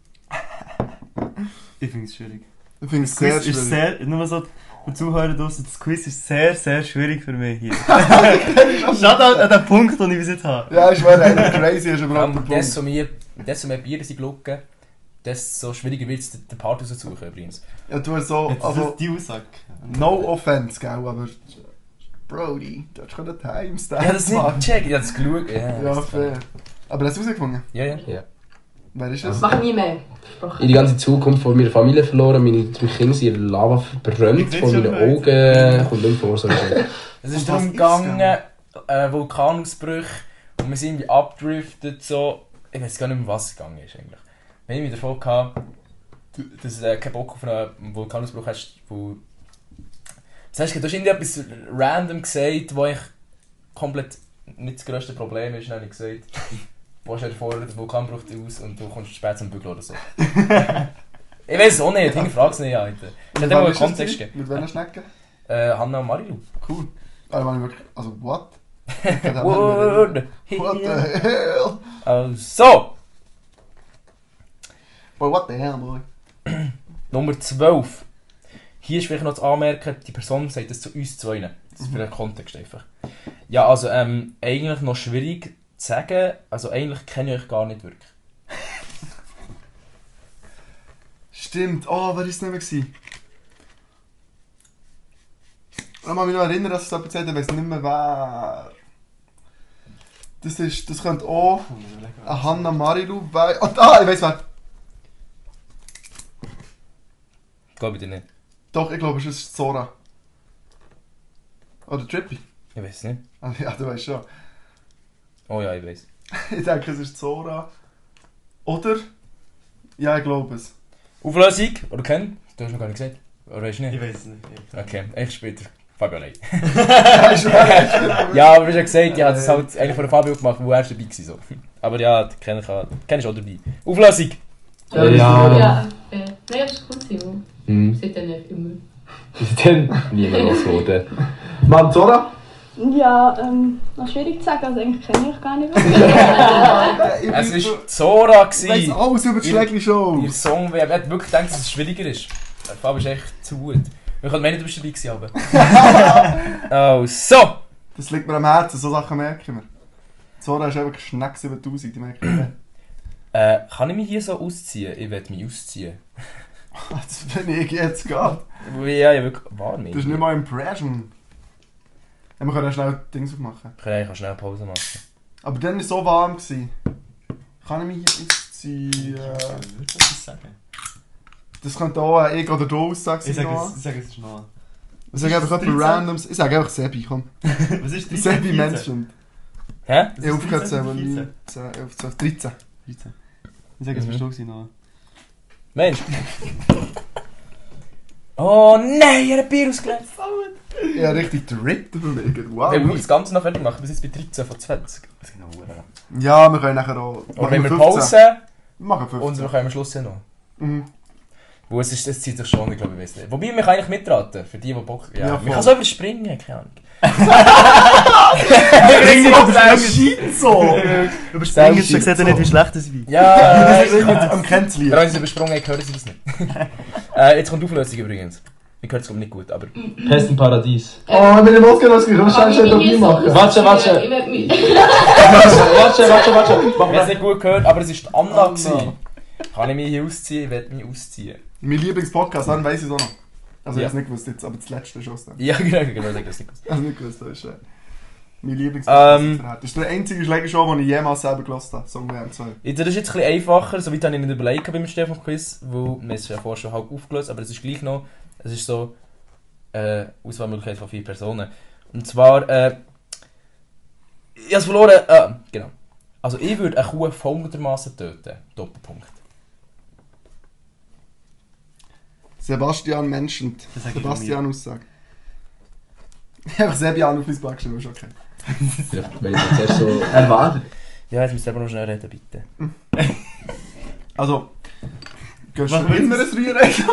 Ich finde es schwierig. Ich finde es sehr schwierig. Ist sehr, nur so, die Zuhörer draussen, das Quiz ist sehr, sehr schwierig für mich hier. Shoutout an den Punkt, den ich bis jetzt habe. Ja, ich schwöre, crazy ist überhaupt der Punkt. Desto mehr Bier sie glucken, desto schwieriger wird es, den Part rauszusuchen übrigens. Ja, du hast so, also, die Aussage. No offense, gell, aber Brody, du hast schon den Timestamp. Ja, das nicht check, ich habe es geschaut. Ja, fair. Aber hast du rausgefunden? Ja. Wer ist es? Mach nie mehr. Ich habe die ganze Zukunft von meiner Familie verloren, meine 3 Kinder sind in Lava verbrannt, vor meinen Augen kommt nicht vor. So es ist darum gegangen, Vulkanausbrüche, und wir sind irgendwie abgedriftet, so. Ich weiß gar nicht mehr, was es gegangen ist eigentlich. Wir haben davon gehabt, dass du keinen Bock auf einen Vulkanausbruch hast, wo... Das heißt, du hast irgendetwas random gesagt, wo ich komplett nicht das grösste Problem ist, habe ich gesagt. Du stell dir vor, der Vulkan bricht aus und du kommst spät zum Bügeln oder so. Ich weiß es auch nicht, ich frage es nicht, Alter. Ich hätte mal einen Kontext gegeben. Mit welchen Schnecken? Hanna und Marilu. Cool. Also, what? What the hell? Also! Boy, what the hell, boy? Nummer 12. Hier ist vielleicht noch zu anmerken, die Person sagt das zu uns zwei. Das ist für den Kontext einfach. Ja, also eigentlich noch schwierig zu sagen, also eigentlich kenne ich euch gar nicht wirklich. Stimmt, wer war es nicht mehr? Ich kann mich noch erinnern, dass es jemand gesagt hat, ich weiß nicht mehr wer. Das könnte auch eine Hanna Marilu bei... ich weiss wer. Glaube ich dir nicht. Doch, ich glaube, es ist Zora. Oder Trippy. Ich weiß nicht. Ja, du weißt schon. Oh ja, ich weiß. Ich denke, es ist Zora. Oder? Ja, ich glaube es. Auflösung? Oder Ken? Du hast noch gar nicht gesagt. Oder weißt du nicht? Ich weiß es nicht. Okay, ich später. Fabio allein. Ja, aber du hast ja gesagt, ja, das ist halt eigentlich von der Fabio gemacht, wo er dabei war. So. Aber ja, Ken ist auch dabei. Auflösung! Ja. Nein, das ist cool, Simon. Seitdem nicht immer. Dann niemand losgeworden. Mann, Zora? Ja, noch schwierig zu sagen, also eigentlich kenne ich gar nicht. Es war Zora. Ich weiss alles über die Schlägli-Show. Ihr Song, wer hat wirklich gedacht, dass es schwieriger ist. Fabio ist echt zu gut. Wir können meinen, du bist dabei gewesen. Oh, so! Das liegt mir am Herzen, so Sachen merke ich mir. Zora ist einfach Schneck 7000, die merke ich mir. Kann ich mich hier so ausziehen? Ich will mich ausziehen. Das bin ich jetzt gerade. Ja, wirklich warm. Das ist nicht mal Impression. Ja, wir können ja schnell Dings aufmachen. Wir können eigentlich auch schnell Pause machen. Aber dann war es so warm. Kann ich mich hier ausziehen? Würde ich sagen. Das könnte auch ich oder du Aussage sein. Ich sage, es ist Noah. Ich sage einfach etwas Randoms. Ich sage einfach Sebi, komm. Was ist 13? Sebi mentioned. Hä? Ich habe aufgehört 10, 9, 10, 11, 12, 13. Ich sage, es bist du Noah. Mensch! Oh nein, er hat Bier ausgelegt! Ja, richtig Dritt überlegen. Wow. Wir müssen das Ganze noch fertig machen, bis jetzt bei 13 von 20. Das ist noch ja, wir können nachher auch... Oder wenn wir 15. Pause machen 15. Und wir können am Schluss ja noch. Mhm. Wo es zieht sich schon, ich glaube, ich weiß nicht. Wobei, wir können eigentlich mitraten, für die Bock... Ja, Ja, wir können so überspringen, keine Ahnung. Überspringen so! Überspringen, sie sieht ja nicht, wie schlecht es wird. Ja, am Kennzlied. Wenn sie übersprungen haben, hören sie das nicht. Jetzt kommt die Auflösung übrigens. Ich höre es nicht gut, aber... Pest im Paradies. Oh, mit dem Oscar das kann ich schon dabei machen. Warte. Ich habe es nicht gut gehört, aber es war die Anna. Kann ich mich hier ausziehen? Ich werde mich ausziehen. Mein Lieblingspodcast, dann weiss ich es auch noch. Also Ja. ich habe es nicht gewusst jetzt, aber das letzte ist dann. Ja, genau, ich habe es nicht gewusst. Also nicht gewusst, das ist mein Lieblingspodcast. Das ist der einzige Schlägershow, den ich jemals selber gehört habe. Song WM 2. Das ist jetzt ein bisschen einfacher, soweit habe ich nicht überlegt beim Stefan-Quiz, weil wir haben es ja vorher schon halb aufgelöst, aber es ist gleich noch, es ist so Auswahlmöglichkeit von 4 Personen. Und zwar, ich habe es verloren, genau. Also ich würde eine Kuh folgendermaßen töten. Doppelpunkt. Sebastian mentioned. Sebastian Aussage. Ich habe Sebastian auf mein Blatt geschrieben, ist okay. Vielleicht, wenn ich jetzt erst so erwartet. Ja, jetzt müsst ihr aber noch schnell reden, bitte. Also, gehst du immer ein Rührei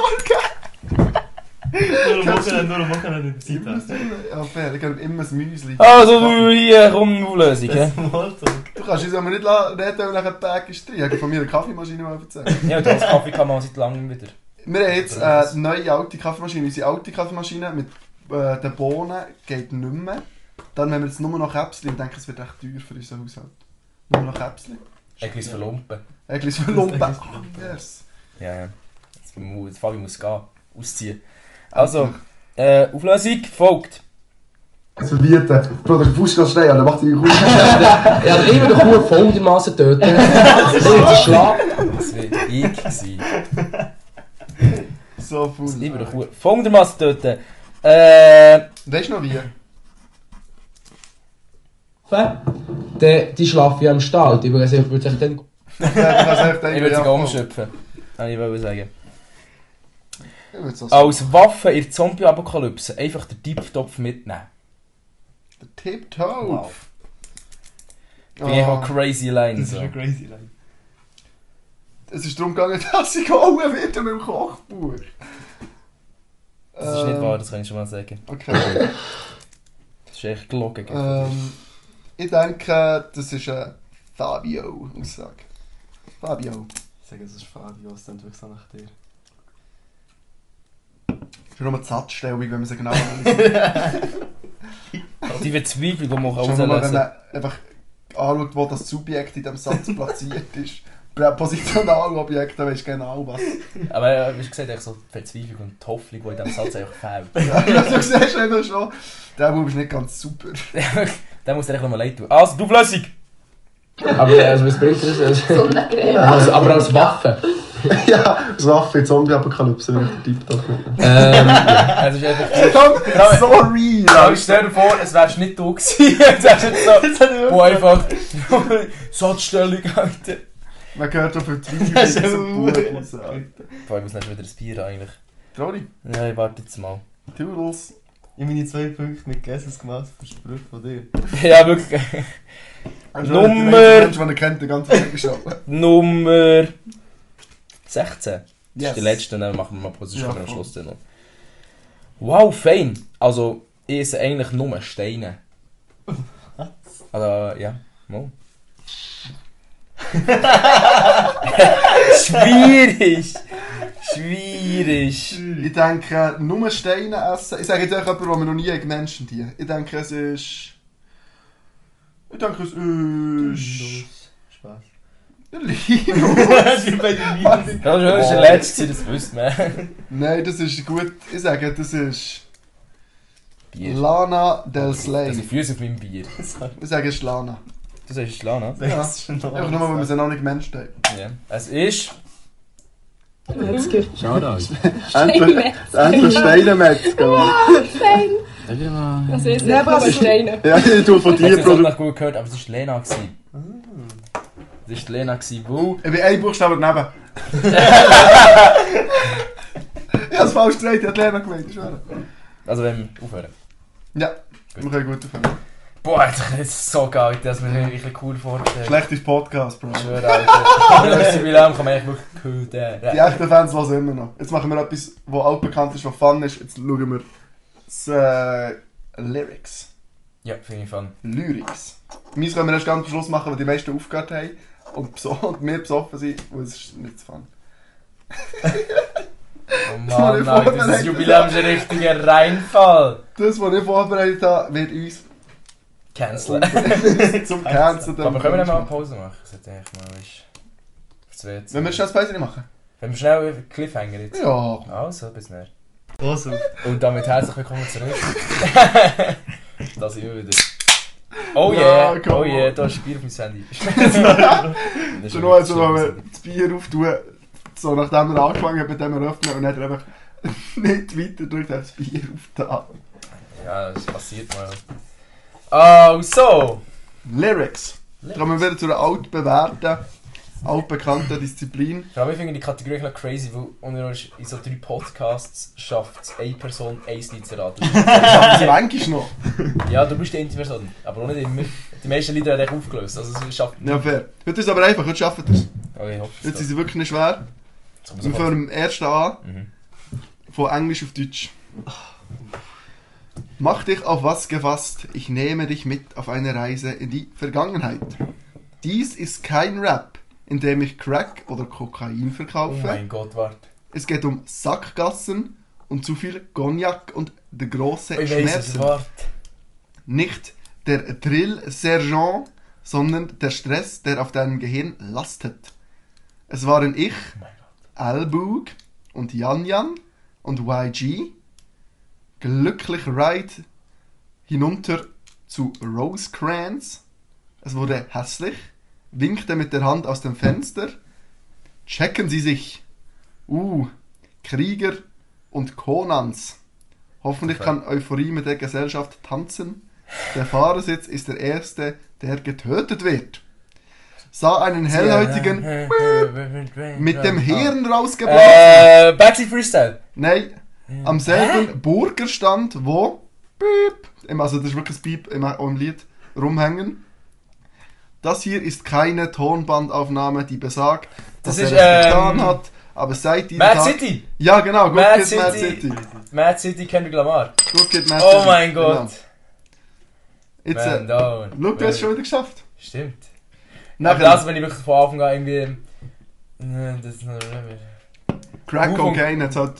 Nur am Wochenende Zeit hast. Ja, fair, ich gebe immer ein Müsli. Also, hier kommt eine Auflösung. Du kannst uns aber nicht reden, und nachher Tag ist drin. Ich habe von mir eine Kaffeemaschine mal erzählt. Ja, du hast Kaffee kann man seit langem wieder. Wir haben jetzt eine neue alte Kaffeemaschine. Unsere alte Kaffeemaschine mit den Bohnen geht nicht mehr. Dann haben wir jetzt nur noch Käpsli und denke, es wird echt teuer für unseren Haushalt. Nur noch Käpsli. Eglis für Lumpen. Eglis für Lumpen. Yes. Ja. Jetzt Fabi muss gehen. Ausziehen. Also, Auflösung folgt. Verbieten. Bro, der Fuß kann stehen, dann macht die Kuh. Ja, aber ich würde eine Kuh folgendermaßen töten. Das ist Schlag. Das wird ich sein. So cool. Ich würde eine Kuh folgendermaßen töten. Weißt du noch wie? Die schlafen ja im Stall. Ich würde sich dann... Ich würde sie umschöpfen. Kann ich wohl sagen. Als Waffe in der Zombie-Apokalypse einfach den Tip-Topf mitnehmen. Der Tip-Topf? Wow. Bin ich auch crazy line. Das ist eine crazy line. Es ist darum gegangen, dass ich gehauen werde mit dem Kochbuch. Das ist nicht wahr, das kann ich schon mal sagen. Okay. Das ist echt gelogen. Ich denke, das ist eine Fabio-Aussage. Fabio. Ich sage, es ist Fabio, es klingt wirklich so nach dir. Das ist nur eine Satzstellung, wenn man sie genau Die Verzweiflung, die man auch auslösen kann. Wenn man kann. einfach anschaut, wo das Subjekt in diesem Satz platziert ist. Präpositionalobjekt, dann weisst du genau was. Aber wie gesagt, echt so die Verzweiflung und die Hoffnung, die in diesem Satz einfach fehlt. Ja, du siehst einfach schon, der Bub ist nicht ganz super. Der muss dir echt noch mal leid tun. Also, du Flüssig! Aber also, was bringt das? Aber als Waffe? Ja, Raffi, Zombie-Apokalypse, wenn ich den Deep-Talk mitnehme. Ja, es ist einfach... Sorry! Stell dir vor, es wärst nicht du gewesen. Es wärst jetzt so... Wo einfach... Satzstellung, Alter. Man hört auf die Video so gut raus, Alter. Boah, ich muss nicht wieder ein Bier eigentlich. Trori? Ja, ich warte jetzt mal. Toodles. Ich habe meine 2 Punkte mit Guesses gemacht, Versprüche von dir. Ja, wirklich. Nummer... Mensch, den er kennt, den ganzen Tag schon. Nummer... 16. Das Yes. ist die letzte, dann machen wir mal Position am Schluss dann noch. Wow, fein. Also, ich esse eigentlich nur Steine. Also, ja. Mal. Schwierig. Ich denke, nur Steine essen. Ich sage jetzt auch jemanden, den wir noch nie Menschen die. Ich denke, es ist... Spaß. Linus! Das war der letzte, das wüsste man. Nein, das ist gut. Ich sage, das ist... Bier. Lana Del Slay. Also ich fühle es auf meinem Bier. Ich sage, es ist Lana. Du sagst Lana? Ja. Einfach nur, weil wir sie noch nicht gemanagt haben. Ja. Es ist... Metzger. Shoutout. Endlich Steinemetzger. Fein. Das ist selber aber Steine. Ja, ich tue von dir Ich habe es noch gut gehört, aber es war Lena. Es war Lena, wo... Ich bin ein Buchstabe daneben. Ich habe es falsch gesagt, ich habe Lena gemeint, ich schwöre. Also wenn wir aufhören? Ja, wir können gut aufhören. Boah, das ist so geil, das mir wirklich cool vorgestellt. Schlechtes Podcast, Bro. Ich schwöre, Alter. Wie lange kann man eigentlich wirklich hören? Die echten Fans hören immer noch. Jetzt machen wir etwas, was altbekannt ist, was fun ist. Jetzt schauen wir das Lyrics. Ja, finde ich fun. Lyrics. Meins können wir erst ganz am Schluss machen, weil die meisten aufgehört haben. Und wir besoffen sind, weil es ist nicht so fun. Oh Mann, nein, das Jubiläum ist ein richtiger Reinfall. Das, was ich vorbereitet habe, wird uns... Canceln. Zum Canceln. Aber können wir nicht mal eine Pause machen? Das hätte ich mal... Wenn wir schnell das Pause machen? Wenn wir schnell einen Cliffhanger jetzt? Ja. Also, bis näher. Also. Und damit herzlich willkommen zurück. Da sind wir wieder. Oh yeah, ja, oh yeah, da ist ein Bier auf meinem Handy. Schon noch, als wir das Bier auftun, so nachdem er angefangen hat mit dem Eröffnen und dann hat er einfach nicht weiter durch das Bier aufgetan. Ja, das passiert mal. Also! Lyrics. Da kommen wir wieder zu einer altbewährten, altbekannten Disziplin. Vor allem, ich finde die Kategorie noch crazy, weil unter uns in so 3 Podcasts schafft es eine Person, ein Lied zu raten. Schafft es manchmal noch? Ja, du bist die einzige Person, aber auch nicht immer. Die meisten Lieder haben aufgelöst, also es schafft... Ja, fair. Heute ist es aber einfach, heute schaffen wir es. Okay, ich hoffe es. Jetzt sind sie wirklich nicht schwer. Wir fangen am ersten an. Von Englisch auf Deutsch. Mach dich auf was gefasst, ich nehme dich mit auf eine Reise in die Vergangenheit. Dies ist kein Rap, in dem ich Crack oder Kokain verkaufe. Oh mein Gott, warte. Es geht um Sackgassen und zu viel Cognac und der große Ich Schmerzen. weiss es, warte. Nicht der Drill-Sergeant, sondern der Stress, der auf deinem Gehirn lastet. Es waren ich, Alboog und Yan und YG. Glücklich Ride hinunter zu Rosecrans. Es wurde hässlich, winkte mit der Hand aus dem Fenster. Checken Sie sich. Krieger und Conans. Hoffentlich kann Euphorie mit der Gesellschaft tanzen. Der Fahrersitz ist der erste, der getötet wird. Sah einen hellhäutigen mit dem Hirn rausgeblasen. Backseat Freestyle? Nein. Am selben Burgerstand, wo Piep, also das ist wirklich ein Piep im Lied, rumhängen. Das hier ist keine Tonbandaufnahme, die besagt, dass das er es getan hat. Aber seit diesem Mad Tag... City? Ja, genau. Mad City. Mad City, Kendrick Lamar. Good Kid, Mad Oh City. mein Gott. Genau. Jetzt, Man down. Schau, du hast es schon wieder geschafft. Stimmt. Nachher- Aber das, wenn ich wirklich von Anfang an irgendwie... Das ist noch Crack Cocaine hat halt...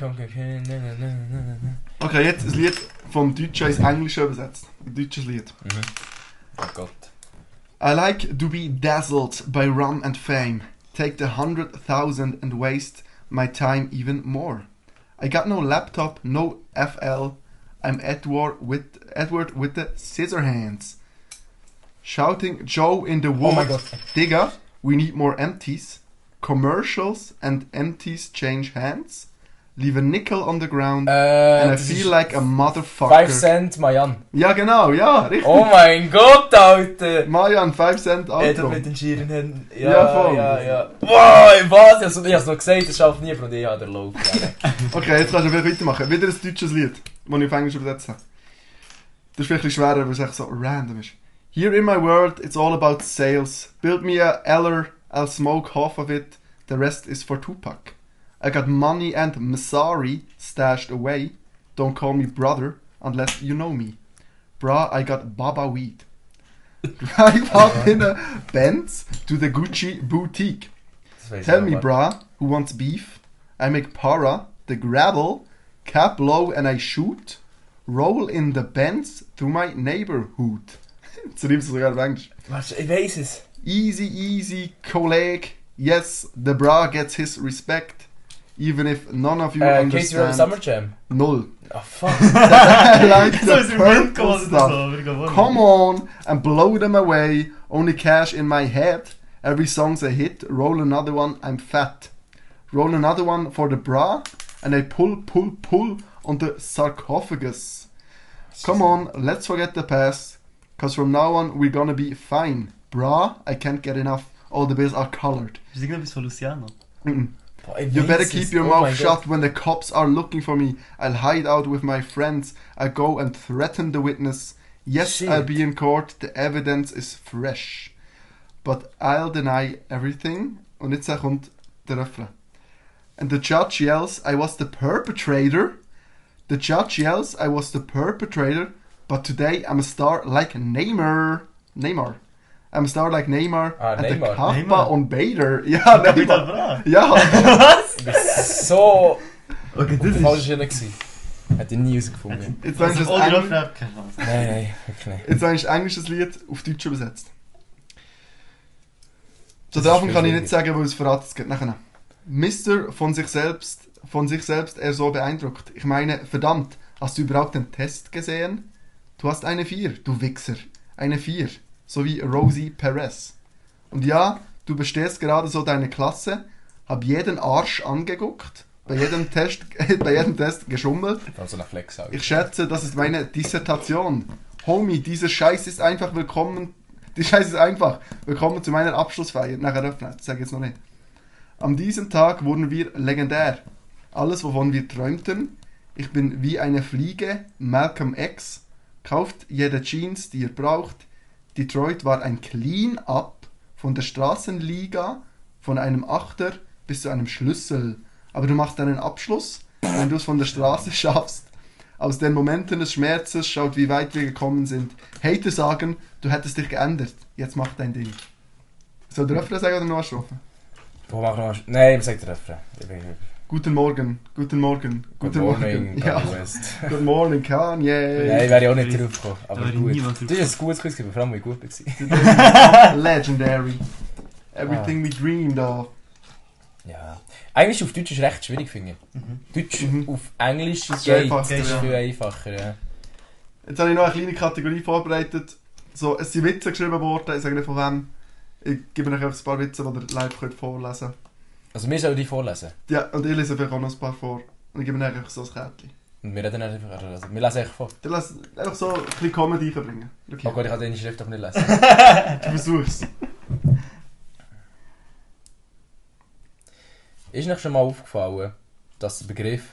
Okay, jetzt ein Lied vom Deutschen ins Englische übersetzt. Ein deutsches Lied. Oh Gott. I like to be dazzled by rum and fame. Take the 100,000 and waste my time even more. I got no laptop, no FL. I'm Edward with the scissor hands. Shouting Joe in the woods. Oh my God. Digga, we need more empties. Commercials and empties change hands. Leave a nickel on the ground and I feel like a motherfucker. 5 Cent Mayan. Ja, genau, ja, richtig. Oh mein Gott, Alter! Mayan, 5 Cent Outro. Outro. mit den schieren Händen. Ja, voll. Ja. Wow, was? Ich hab's noch gesagt, das schafft niemand und ich habe den Lauf. Okay, jetzt kannst du wieder weitermachen. Wieder ein deutsches Lied, das ich auf Englisch übersetzt habe. Das ist vielleicht ein bisschen schwerer, weil es echt so random ist. Here in my world, it's all about sales. Build me a Eller, I'll smoke half of it. The rest is for Tupac. I got money and Masari stashed away. Don't call me brother unless you know me. Bruh, I got Baba weed. Drive up in a Benz to the Gucci boutique. Tell me, bruh, who wants beef? I make para, the gravel, cap low and I shoot. Roll in the Benz through my neighborhood. Jetzt reibst du sogar auf Englisch. Was? Ich weiss es. Easy, colleague. Yes, the bra gets his respect. Even if none of you Casey understand. Summer Jam. Null. Oh fuck. I like the So purple stuff. Come on and blow them away. Only cash in my head. Every song's a hit. Roll another one, I'm fat. Roll another one for the bra. And I pull on the sarcophagus. Come on, let's forget the past. Cause from now on we're gonna be fine. Bra, I can't get enough. All the bills are colored. Ist irgendetwas von Luciano? You better keep your mouth shut when the cops are looking for me. I'll hide out with my friends. I'll go and threaten the witness. Yes, Shit. I'll be in court. The evidence is fresh. But I'll deny everything. Und jetzt kommt der Refrain. And the judge yells, I was the perpetrator. The judge yells, I was the perpetrator. But today I'm a star like Neymar. I'm a star like Neymar. And Neymar. the Kappa Neymar. on Bader. Ja, Neymar. Ja. Was? Du bist so... Okay, das ist... falsch gewesen. Hätte ich nie rausgefunden. Jetzt war Also, ein Nein, wirklich nicht. Jetzt war ein englisches Lied auf Deutsch übersetzt. Zu der Anfang kann ich nicht sagen, wo es verraten es geht. Nachher. Mr. von sich selbst er so beeindruckt. Ich meine, verdammt, hast du überhaupt den Test gesehen? Du hast eine 4, du Wichser. Eine 4. So wie Rosie Perez. Und ja, du bestehst gerade so deine Klasse, hab jeden Arsch angeguckt, bei jedem Test geschummelt. Also nach Flex auch. Ich schätze, das ist meine Dissertation. Homie, dieser Scheiß ist einfach willkommen. Die Scheiß ist einfach. Willkommen zu meiner Abschlussfeier. Nachher öffnen, das sage ich jetzt noch nicht. An diesem Tag wurden wir legendär. Alles, wovon wir träumten. Ich bin wie eine Fliege, Malcolm X. Kauft jede Jeans, die ihr braucht. Detroit war ein Clean-Up von der Straßenliga, von einem Achter bis zu einem Schlüssel. Aber du machst einen Abschluss, wenn du es von der Straße schaffst. Aus den Momenten des Schmerzes schaut, wie weit wir gekommen sind. Hater sagen, du hättest dich geändert. Jetzt mach dein Ding. Soll der Refrain sagen oder noch eine Strophe? Nein, ich sag der Refrain. Guten Morgen. Good morning, Ja. Kanye West. Good morning, Kanye. Nein, wäre ich auch nicht drauf gekommen. Aber Da wäre gut. niemand drauf Das ist ein gutes Quiz, vor allem, wie gut war. Legendary. Everything we dreamed of. Ja. Englisch auf Deutsch ist recht schwierig, finde ich. Deutsch auf Englisch Das ist geht, einfacher, das ist ja. viel einfacher. Ja. Jetzt habe ich noch eine kleine Kategorie vorbereitet. So, es sind Witze geschrieben worden, ich sage nicht von wem. Ich gebe euch einfach ein paar Witze, die ihr live könnt vorlesen könnt. Also wir sollen die vorlesen? Ja, und ich lese vielleicht auch noch ein paar vor. Und ich gebe euch einfach so ein Kärtchen. Und wir reden dann einfach, also wir lesen einfach vor. Du lässt einfach so ein bisschen Comedy reinbringen. Okay. Oh Gott, ich kann deine Schrift doch nicht lesen. Du versuchst. Ist euch schon mal aufgefallen, dass der Begriff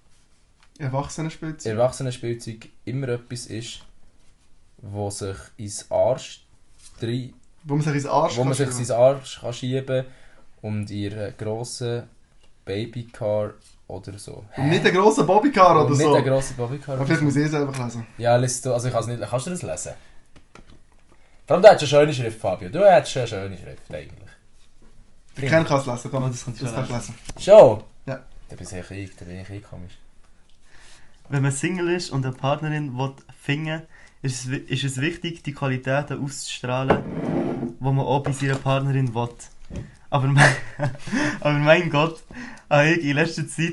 Erwachsenenspielzeug immer etwas ist, wo sich ins Arsch wo man sich ins Arsch wo man kann sich ins Arsch kann schieben und ihr grossen Babycar oder so. Und nicht ein grosser Bobbycar oder und so. Nicht ein grosser Bobbycar. Aber vielleicht muss ich es einfach lesen. Ja, liest du, also ich kann es nicht. Kannst du das lesen? Vor allem, du hättest eine schöne Schrift, Fabio. Du hättest eine schöne Schrift, eigentlich. Ich kann es lesen, komm, das kann ich lesen. Schon? Ja. Da bin ich komisch. Wenn man Single ist und eine Partnerin finden will, ist es wichtig, die Qualitäten auszustrahlen, die man auch bei seiner Partnerin will. Aber mein Gott, habe ich in letzter Zeit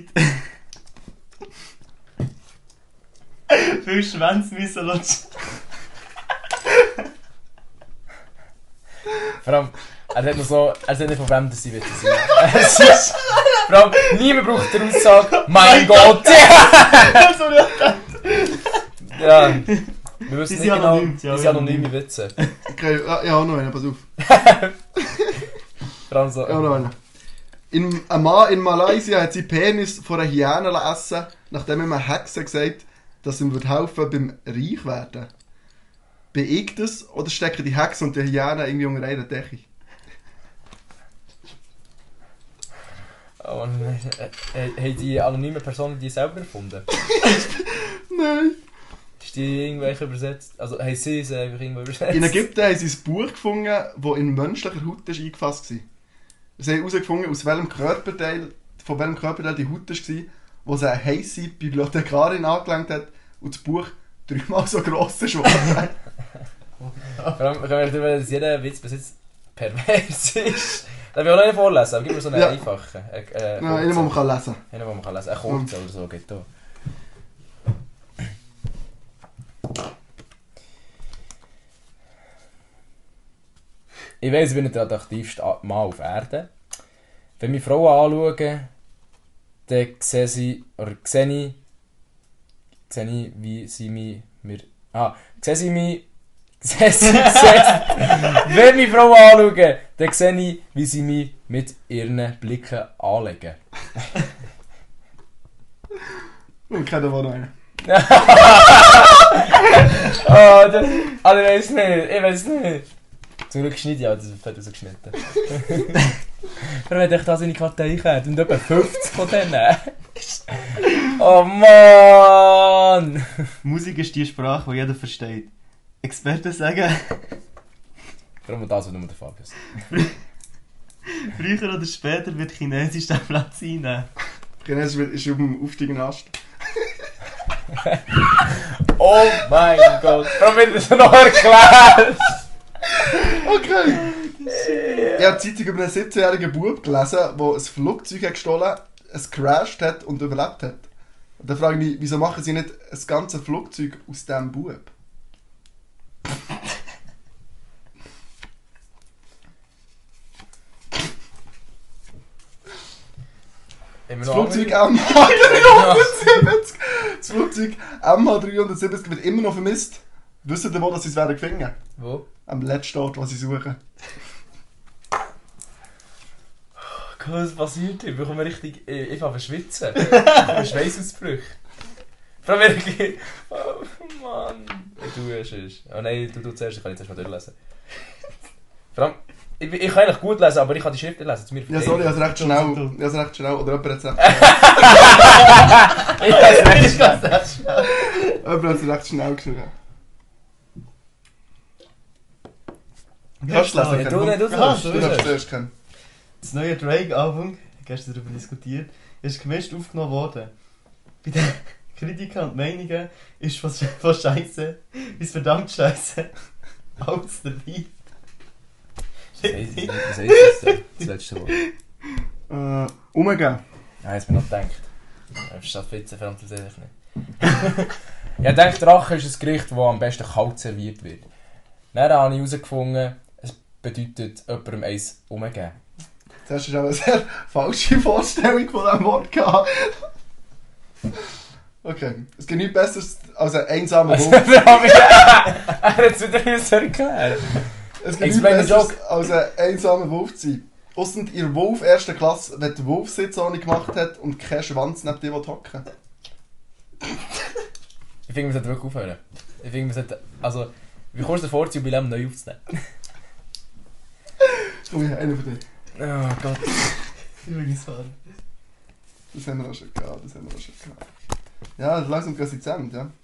viel Schwänze müssen lutschen. Vor allem, Er hat noch so... Er sagt nicht, von wem das sie wissen. Es ist... Vor allem, niemand braucht die Aussage, mein Gott! Ja, wir wissen nicht genau... Die sind anonyme Witze. Okay, ja, noch einen, pass auf. So. Ja, noch einen. Ein Mann in Malaysia hat seinen Penis von einer Hyäne essen, nachdem ihm eine Hexe gesagt, dass ihm helfen beim Reichwerden. Bin ich das oder stecken die Hexe und die Hyäne irgendwie unter einer Decke? Oh nein. Haben die anonymen Personen die selber erfunden? Nein. Ist die irgendwelche übersetzt? Also haben sie es einfach irgendwo übersetzt? In Ägypten haben sie ein Buch gefunden, das in menschlicher Haut eingefasst war. Sie haben herausgefunden, von welchem Körperteil die Haut war, wo sie eine heisse Bibliothekarin angelenkt hat und das Buch 3-mal so gross ist. Vor allem können wir darüber, dass jeder Witz bis jetzt pervers ist. Darf ich auch noch einen vorlesen? Aber gib mir so einen einfachen. Einen, den man lesen kann. Einen, den man lesen kann. Ein kurzer oder so geht da. Ich weiss, ich bin nicht der attraktivste Mann auf Erden. Wenn ich Frauen anschaue, dann sehe ich, wie sie mich... Wenn ich Frauen anschaue, dann sehe ich, wie sie mich mit ihren Blicken anlegen. Und kennen wir noch einen. Ich weiß nicht. Zum Glück schneide ich auch, das wird rausgeschnitten. Warum hat echt das in die Kartei gehört? Und etwa 50 von denen. Oh Mann! Musik ist die Sprache, die jeder versteht. Experten sagen... Warum das, was nur der Fabio sagt? Früher oder später wird Chinesisch den Platz einnehmen. Chinesisch ist auf dem aufsteigenden Ast. Oh mein Gott! Warum wird das noch erklärt? Okay. Ich habe die Zeitung über einen 17-jährigen Bub gelesen, der ein Flugzeug hat gestohlen, es crasht hat und überlebt hat. Und dann frage ich mich, wieso machen sie nicht ein ganzes Flugzeug aus diesem Bub? Das Flugzeug MH370. Das Flugzeug MH370 wird immer noch vermisst. Wisst ihr, wo sie es werden finden? Wo? Am letzten Ort, was sie suchen. Was passiert hier? Ich bekomme richtig... Ich fange schwitzen. Ich bekomme Schweißausbrüche. Vor allem wirklich... Oh Mann. Du hast es. Oh nein, du zuerst. Ich kann jetzt erst mal durchlesen. Vor allem... Ich kann eigentlich gut lesen, aber ich kann die Schrift nicht lesen. Ja, sorry, ich habe es recht schnell. Oder jemand hat es recht schnell. Ich habe es recht schnell. Jemand hat es recht schnell geschrieben. Kannst du lesen? Ja, du darfst zuerst kennen. Das neue Drake-Album, gestern darüber diskutiert, ist gemischt aufgenommen worden. Bei den Kritikern und Meinungen ist von Scheiße bis verdammt Scheiße alles dabei. Was heisst das letzte Wort? Umgehen. Ja, jetzt bin ich noch gedacht. Statt Witze verdammt das nicht. Ja, ich denke, Drache ist ein Gericht, das am besten kalt serviert wird. Dann habe ich herausgefunden, es bedeutet jemandem eins umgeben. Das ist aber eine sehr falsche Vorstellung von diesem Wort gehabt. Okay, es gibt nichts Besseres als ein einsamer Wolf. Er hat es wieder erklärt. Es gibt nichts Besseres als ein einsamer Wolf zu sein. Ausser ihr Wolf erster Klasse, wenn der Wolfsitz ohne gemacht hat und kein Schwanz neben dir hocken. Ich finde, wir sollten wirklich aufhören. Ich finde, wir sollten... Also, wie kommst du davor, das Jubiläum neu aufzunehmen? Jetzt komme ich einer von dir. Oh Gott. Übrigens fahren. Das haben wir auch schon gehabt, Ja, langsam geht es ins Ende, ja.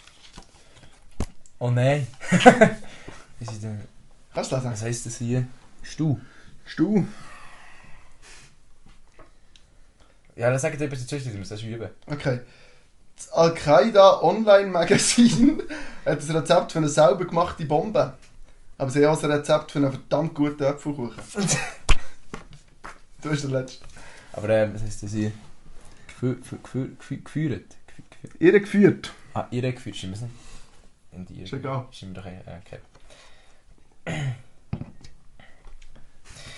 Oh nein. Ist denn... Kannst du lesen? Was heisst das hier? Stuhl. Ja, dann sag dir etwas dazwischen, wir müssen das üben. Okay. Das Al-Qaida Online-Magazin hat ein Rezept für eine selber gemachte Bombe. Aber sie haben auch ein Rezept für einen verdammt guten Apfelkuchen. Du bist der Letzte. Aber was heisst das hier? Geführt? Ihr geführt. Ah, ihr geführt, stimmt es nicht? In die ist egal. Stimmt doch, okay.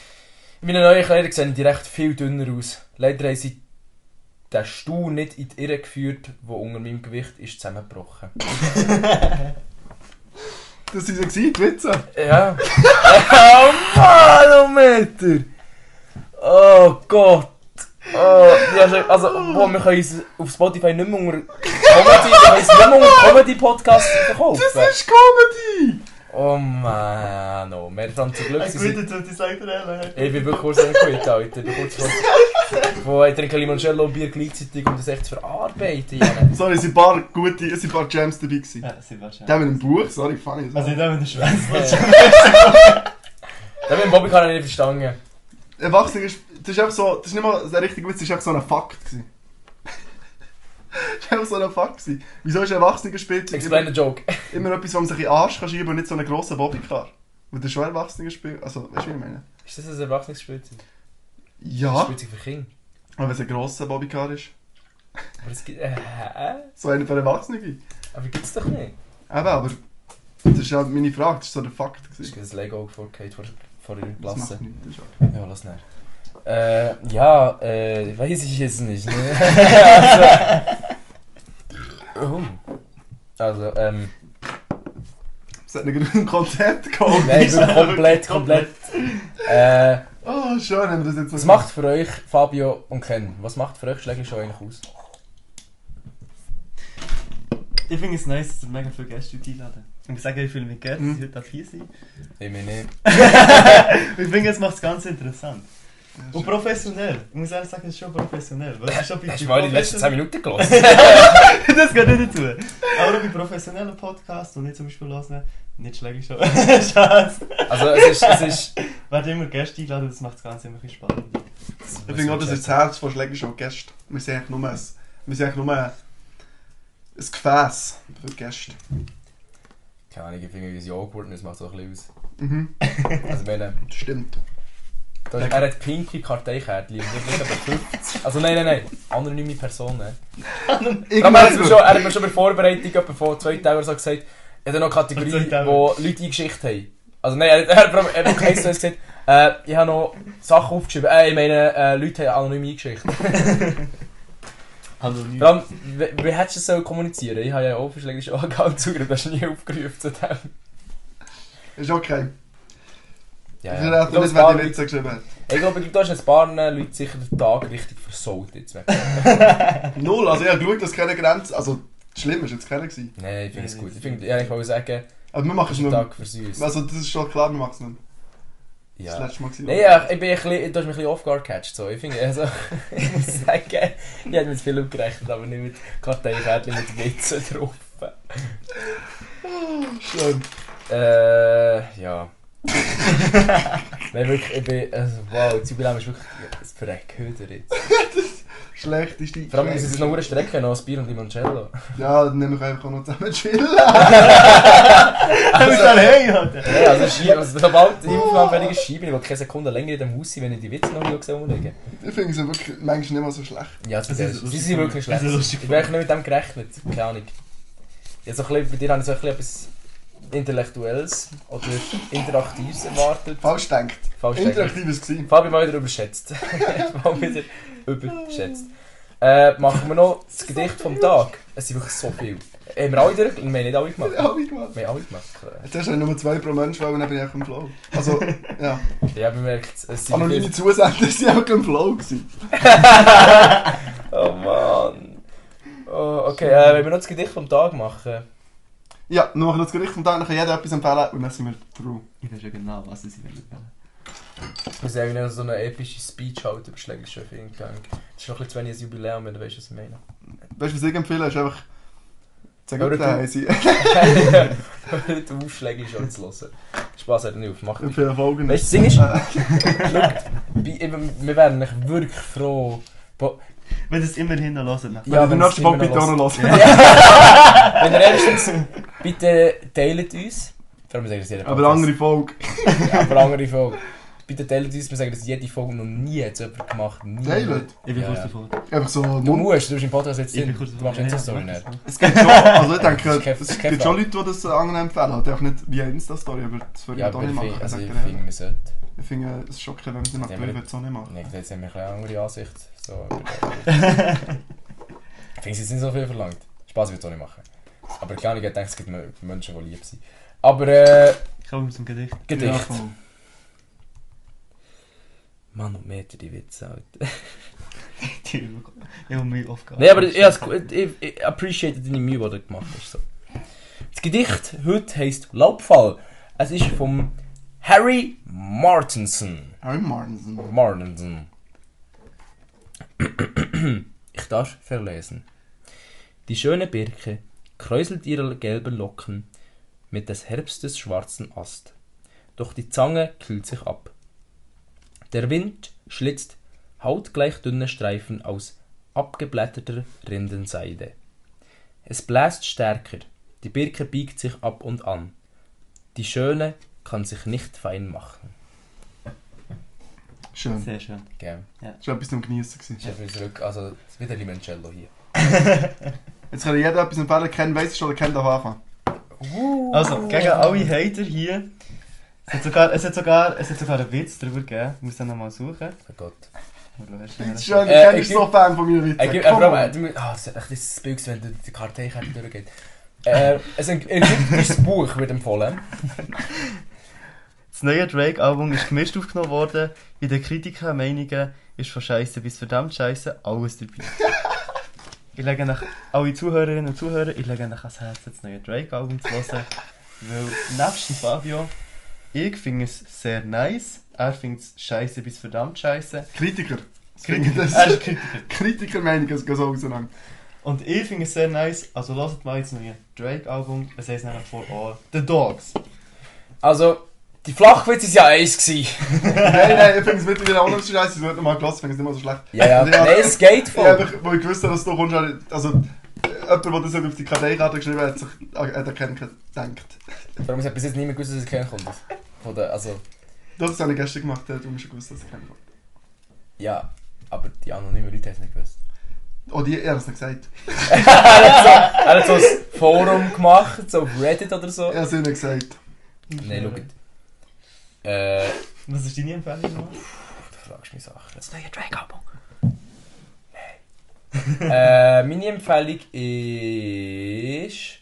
Meine neuen Kleider sehen direkt viel dünner aus. Leider haben sie den Stuhl nicht in die Irre geführt, der unter meinem Gewicht ist zusammengebrochen. Das waren so die Witze? Ja. Oh Manometer! Oh Gott! Oh, ja, also, wir können uns auf Spotify nicht mehr unter Comedy-Podcast verkaufen. Das ist Comedy! Oh man, no. Wir haben zum Glück... Ich bin wirklich kurz angequittet, Alter. Ich bin kurz vor... Ich trinke Limoncello und Bier gleichzeitig, um das echt zu verarbeiten. Sorry, es waren ein paar Gems dabei gewesen. Ja, es waren Gems. Der mit dem Buch, sorry, funny. Also der mit der Schwester. Der mit dem Bobby kann ich nicht verstanden. Erwachsene, das ist einfach so, das ist nicht mal der richtige Witz, das war einfach so ein Fakt gewesen. Das war einfach so ein Fakt gewesen. Wieso ist ein Erwachsenenspielzeug Explain the joke. Immer etwas, was man sich in den Arsch kann schieben und nicht so einen grossen Bobbycar? Und das ist schon ein Erwachsenenspiel, also, weißt du, wie ich meine? Ist das ein Erwachsenenspielzeug? Ja. Das ist ein Spielzeug für Kinder. Aber wenn es ein grosser Bobbycar ist? Aber es gibt... So einen für Erwachsene? Aber gibt's doch nicht. Eben, aber das ist halt meine Frage, das ist so der Fakt gewesen. Das ist ein Lego vorgehört vor ihrer Klasse. Das macht nichts, das ist okay. Ja, lass nicht. Weiß ich jetzt nicht, ne? Also, Es hat nicht ein Konzert geholt. Nein, komplett. Oh, schön, haben wir das jetzt so. Was macht für euch, Fabio und Ken, was macht für euch Schlägli Show eigentlich aus? Ich finde es nice, dass ihr mega viele Gäste einladen. Und ich sage, ich fühle mich gerne, dass ich heute hier sein. Ich mich nicht. Ich finde, es macht es ganz interessant. Und professionell. Ich muss ehrlich sagen, es ist schon professionell. Hast du mal die letzten 10 Minuten gelassen? Das geht nicht dazu. Aber auch bei professionellen Podcasts und nicht zum Beispiel hören, nicht Schlägli Show. Schatz. Also es ist... Wenn immer Gäste einladen, das macht das Ganze immer spannend. Ich finde auch, das ist das Herz von Schlägli Show Gäste. Wir sind eigentlich nur ein Gefäß für Gäste. Keine Ahnung, ich finde, wie es Joghurt, das macht so ein bisschen aus. Mhm. Also ich meine... Stimmt. Er hat pinke Karteikärtchen und ich aber 50. Also nein, anonyme Personen. Er hat mir schon bei der Vorbereitung etwa vor 2 Tagen so gesagt, er hat noch eine Kategorie, wo Leute eingeschickt haben. Also nein, er hat noch gesagt, ich habe noch Sachen aufgeschrieben. Ich meine, Leute haben anonym eingeschickt. Anonym? Vor allem, wie hättest du das kommunizieren? Ich habe ja auch verschläglich schon Account zugegeben, du hast nie aufgerufen zu dem. Ist okay. Ja, ich glaube, nicht, wenn die Witze geschrieben hat. Ich glaube, du hast ein paar Leute sicher den Tag richtig versaut jetzt. Null, also ich habe geschaut, dass keine Grenze... Also, schlimm ist jetzt keiner gewesen. Nein, ich finde es gut. Ich wollte sagen, aber wir machen es den nur... Tag versüßt. Also das ist schon klar, wir machen es nicht. Ja. Das letzte Mal gewesen. Nein, ich bin du hast mich ein bisschen off-guard gecatcht. So. Ich finde, also, ich muss sagen, ich hätte mit viel gerechnet, aber nicht mit Karteikärtchen mit Witzen drauf. Schön. Ja. Nein, wirklich, ich bin... Also, wow, das Jubiläum ist wirklich... Das Verreckhöder jetzt. Schlechteste... Vor allem müssen sie es noch eine Strecke, noch ein Bier und Limoncello. Ja, dann nehmen wir einfach auch noch zusammen chillen. Sobald die Aufnahme fertig ist, schiebe ich keine Sekunde länger in dem Haus sein, wenn ich die Witze noch nicht umlege. Ich finde sie wirklich manchmal nicht mal so schlecht. Ja, sie sind wirklich schlecht. Ich habe nicht mit dem gerechnet, keine Ahnung. Ja, so bei dir habe ich so etwas Intellektuelles oder Interaktives erwartet. Falsch denkt. Interaktives gewesen. Fabi mal wieder überschätzt. Machen wir noch das Gedicht vom Tag. Es sind wirklich so viele. Haben wir alle durch? Wir haben nicht alle gemacht. Wir haben alle gemacht. Jetzt hast du nur 2 pro Mensch, weil dann bin ich im Flow. Also, ja. Ja, bemerkt es. Anonyme Zusender waren einfach im Flow gewesen. Oh Mann. Oh, okay, wenn wir noch das Gedicht vom Tag machen. Ja, wir machen noch das Gedicht vom Tag, dann kann jeder etwas empfehlen und dann sind wir through. Ich weiß schon genau, was ich empfehlen. Ich muss eigentlich so eine epische Speech halten über Schlägli Show für ihn gegangen. Das ist noch ein bisschen zu wenig ein Jubiläum, wenn du weißt, was ich meine. Weißt du, was ich empfehle? Ist einfach... Hör nicht auf, Schlägli Show zu hören. Spaß hat nicht auf, mach nicht. Weißt du, das Ding ist... wir wären wirklich froh... Wenn ihr es immerhin noch hören. Ja, wenn ihr nächste Folge bitte auch noch hören. Wenn ihr erstens, bitte teilt uns. Aber andere Folge. Aber andere Folge. bitte teilt uns, wir sagen das jede Folge noch nie hat jemand gemacht. Nie. Teilt? Ich bin kurz davor. Einfach so... Du musst im Podcast jetzt Ich bin sind. kurz Du machst davor. Insta-Story nicht. Es gibt schon, also ich denke, Es es gibt schon Leute, die das anderen empfehlen. Halt einfach nicht via Insta-Story, aber das würde ich Ja, auch aber nicht ich machen. finde, also sag ich dir ehrlich. finde, wir sollten. Ich finde, es ist schon wenn man es nicht macht, Ja, aber ich würde es auch nicht machen. Nee, jetzt haben wir eine andere Ansicht. So, ich finde es jetzt nicht so viel verlangt. Spaß würde ich es auch nicht machen. Aber klar, ich denke, es gibt Menschen, die lieb sind. Aber Kommen wir zum Gedicht. Gedicht. Ja, voll. Mann und Meter, die Witze, Alter. Ich habe mich aufgehört. Nein, aber ich appreciate deine Mühe, die du gemacht hast. So. Das Gedicht heute heisst Laubfall. Es ist vom Harry Martinson. Harry Martinson. Martinson. Ich darf verlesen. Die schöne Birke kräuselt ihre gelben Locken mit des Herbstes schwarzen Ast. Doch die Zange kühlt sich ab. Der Wind schlitzt hautgleich dünne Streifen aus abgeblätterter Rindenseide. Es bläst stärker, die Birke biegt sich ab und an. Die Schöne kann sich nicht fein machen. Schön. Sehr schön. Gell. Ja. Das war etwas zum Geniessen. Ich habe zurück, also wieder Limoncello hier. Jetzt kann jeder etwas empfehlen, Ken weiss es schon, oder Ken darf anfangen. Also, gegen alle Hater hier. Es hat sogar einen Witz darüber gegeben. Ich muss den nochmal suchen. Oh Gott. Das ist schön, Ken ist so Fan von meiner Witze. Das ist das Bild, wenn die Karteikarte durchgeht. Ein ägyptisches Buch wird empfohlen. Das neue Drake-Album ist gemischt aufgenommen worden. Bei den Kritikermeinungen ist von Scheiße bis verdammt Scheiße alles dabei. Ich lege nach alle Zuhörerinnen und Zuhörer, ich lege nach ans Herz, das neue Drake-Album zu hören. Weil nebst dem Fabio, ich finde es sehr nice. Er findet es Scheiße bis verdammt Scheiße. Kritiker. Er ist Kritiker. Kritikermeinungen, es geht so auseinander. Und ich finde es sehr nice. Also hört mal jetzt das neue Drake-Album. Es heisst nämlich For All The Dogs. Also, die Flachwitze war ja eins. Nein, ich finde es mittlerweile auch noch so scheiße. Ich habe mal gelassen, ich finde es nicht mal so schlecht. Ja. Nein, es geht voll. Einfach, wo ich wusste, dass du kommst, also jemand, der das auf die Karteikarte geschrieben hat, hat erkennen gedacht. Warum hat bis jetzt niemand gewusst, dass es kennen kommt? Also... Doch, das habe ich gestern gemacht, du hast schon gewusst, dass es kennen kommt. Ja, aber die anonymen Leute haben es nicht gewusst. Oh, er hat es nicht gesagt. Er hat so ein Forum gemacht, so auf Reddit oder so. Er hat es nicht gesagt. Nein, schau. Was ist deine Empfehlung noch? Du fragst mich Sachen. Das neue Drake-Album. Nein. Meine Empfehlung ist...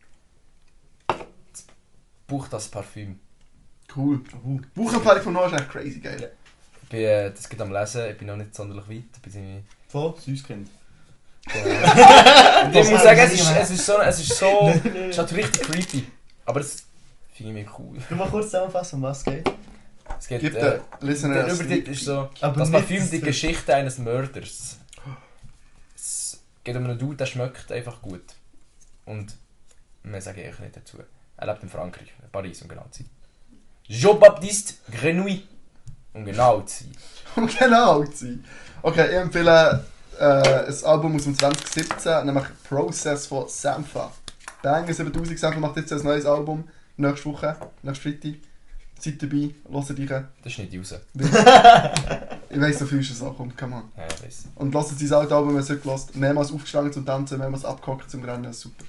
Buch das Parfüm. Cool. Buchempfehlung von Noah ist echt crazy geil. Ich bin das geht am Lesen, ich bin noch nicht sonderlich weit. Von Süßkind. Genau. Und ich muss sagen, es ist halt richtig creepy. Aber das finde ich mir cool. Du mal kurz zusammenfassen, um was es geht. Es geht, Gibt der Listener der Übertitel ist so, aber das nicht Parfüm, die so- Geschichte eines Mörders. Es geht um einen Dude, der schmeckt einfach gut. Und mehr sage ich eigentlich nicht dazu. Er lebt in Frankreich, in Paris, um genau zu sein. Jean-Baptiste Grenouille, um genau zu sein. Um genau zu sein. Okay, ich empfehle ein Album aus dem 2017, nämlich Process von Sampha. Banger 7000 Sampha macht jetzt ein neues Album. Nächste Woche, nächste Freitag. Seid dabei, hört dich rein. Das ist nicht raus. Ich weiss, so viel ist es ankommt, come on. Ja, ich weiss. Und lasst sein altes Album, wenn ihr es heute gehört. Mehrmals aufgestanden zum Tanzen, mehrmals abgehockt zum Rennen, das ist super.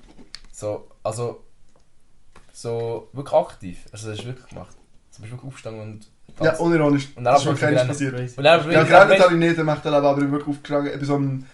So wirklich aktiv. Also das hast du wirklich gemacht. Du bist wirklich aufgestanden und... Ja, unironisch. Und das ist schon keines passiert. Ja, gerannt habe ich nicht, ich möchte aber wirklich aufgestanden. Ich bin so am...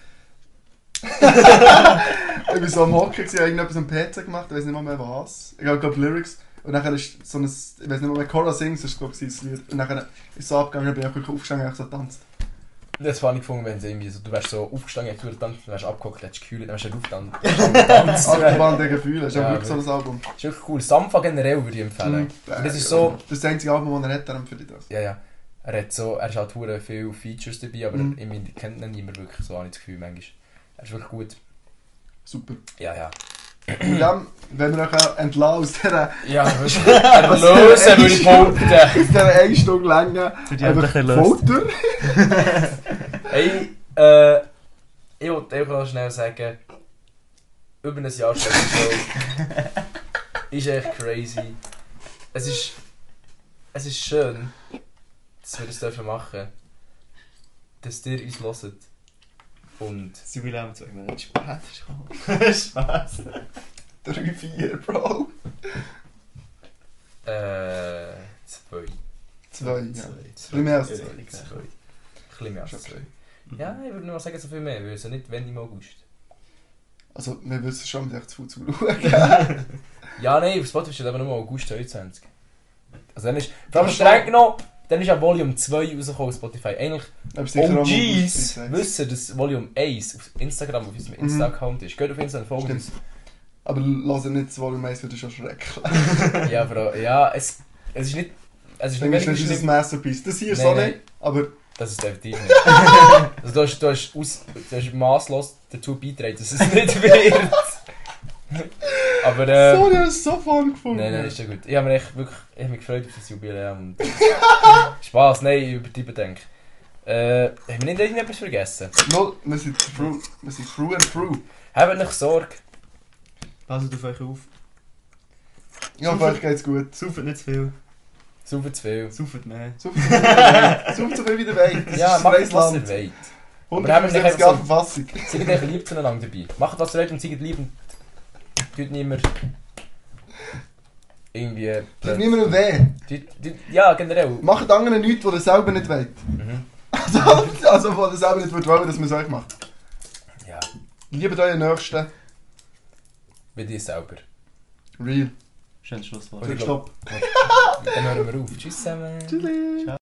ich bin so am Hocken, ich habe irgendetwas am PC gemacht, ich weiß nicht mehr was. Ich glaube Lyrics. Und dann ist so ein... Ich weiß nicht mehr, Cora Sings ist glaube ich das Lied. Und dann ist es so abgegangen, bin ich wirklich aufgestanden und so getanzt. Das fand ich gefunden, wenn sie irgendwie so, du wärst so aufgestanden, du dann wärst abgehockt, hättest gekühlt, dann wärst du getanzt. Achterbahn der Gefühle, das ist ja wirklich so ein Album. Das ist wirklich cool. Sampha generell würde ich empfehlen. Und das ist so... Das ist das einzige Album, das er hat, darum empfehle ich das. Ja. Er hat halt verdammt viele Features dabei, aber irgendwie kennt ihn niemand wirklich, so habe ich das Gefühl manchmal. Er ist wirklich gut. Super. Ja. Und dann, wenn wir euch entlassen aus dieser... Ja, erlösen würde ich behaupten. Aus dieser 1 Stunde langen Folter. Hey, ich wollte einfach noch schnell sagen, über ein Jahr später ist echt crazy. Es ist schön, dass wir das dürfen machen. Dass ihr uns hört. Und... Das Jubiläum 2 Monate später schon. Spaß. 3, 4, Bro. 2. 2, ja. Ein bisschen mehr als 2. Ein bisschen mehr als 2. Ja, ich würde nur sagen, so viel mehr, weil es ja nicht wenn im August. Also, wir wissen schon, wir echt zu viel zu schauen. Ja, nein, auf Spotify steht aber nur August 22. Also dann ist... Vor allem streng genommen, dann ist ja Volume 2 rausgekommen auf Spotify. Eigentlich OGs wissen, dass Volume 1 auf Instagram auf unserem Insta-Account ist. Geht auf Insta und folgt uns. Aber lassen nicht das Volume 1, wird schon schrecklich. Ja, aber ja, es ist nicht... Es ist nicht ein Masterpiece. Das hier ist so nicht, aber... Das ist definitiv nicht. Also du hast masslos dazu beigetragen, dass es nicht wird. Aber sorry, ich habe es so fun gefunden. Nein, ist ja gut. Ich habe mich gefreut auf das Jubiläum. Spaß, nein, ich übertreibe denke. Haben wir nicht irgendetwas vergessen? No, wir sind through and through. Habt nicht Sorge. Passt auf euch auf. Ja, für euch geht's gut. Sauft nicht zu viel. Sauft zu viel. Sauft mehr. Sauft so viel wie der wollt. Ja, macht das, was ihr wollt. Aber haben wir nicht Verfassung. Seid einfach lieb zueinander dabei. Macht was ihr wollt und seid lieb und tut niemand irgendwie... Tut niemandem weh. Ja, generell. Macht anderen nichts, die ihr selber nicht wollt. Also wo ihr selber nicht wollt, dass man es euch macht. Ja. Liebt euren Nächsten. Wie dir selber. Real. Schönes Schlusswort. Stopp. Dann hören wir auf. Tschüss zusammen. Tschüssi.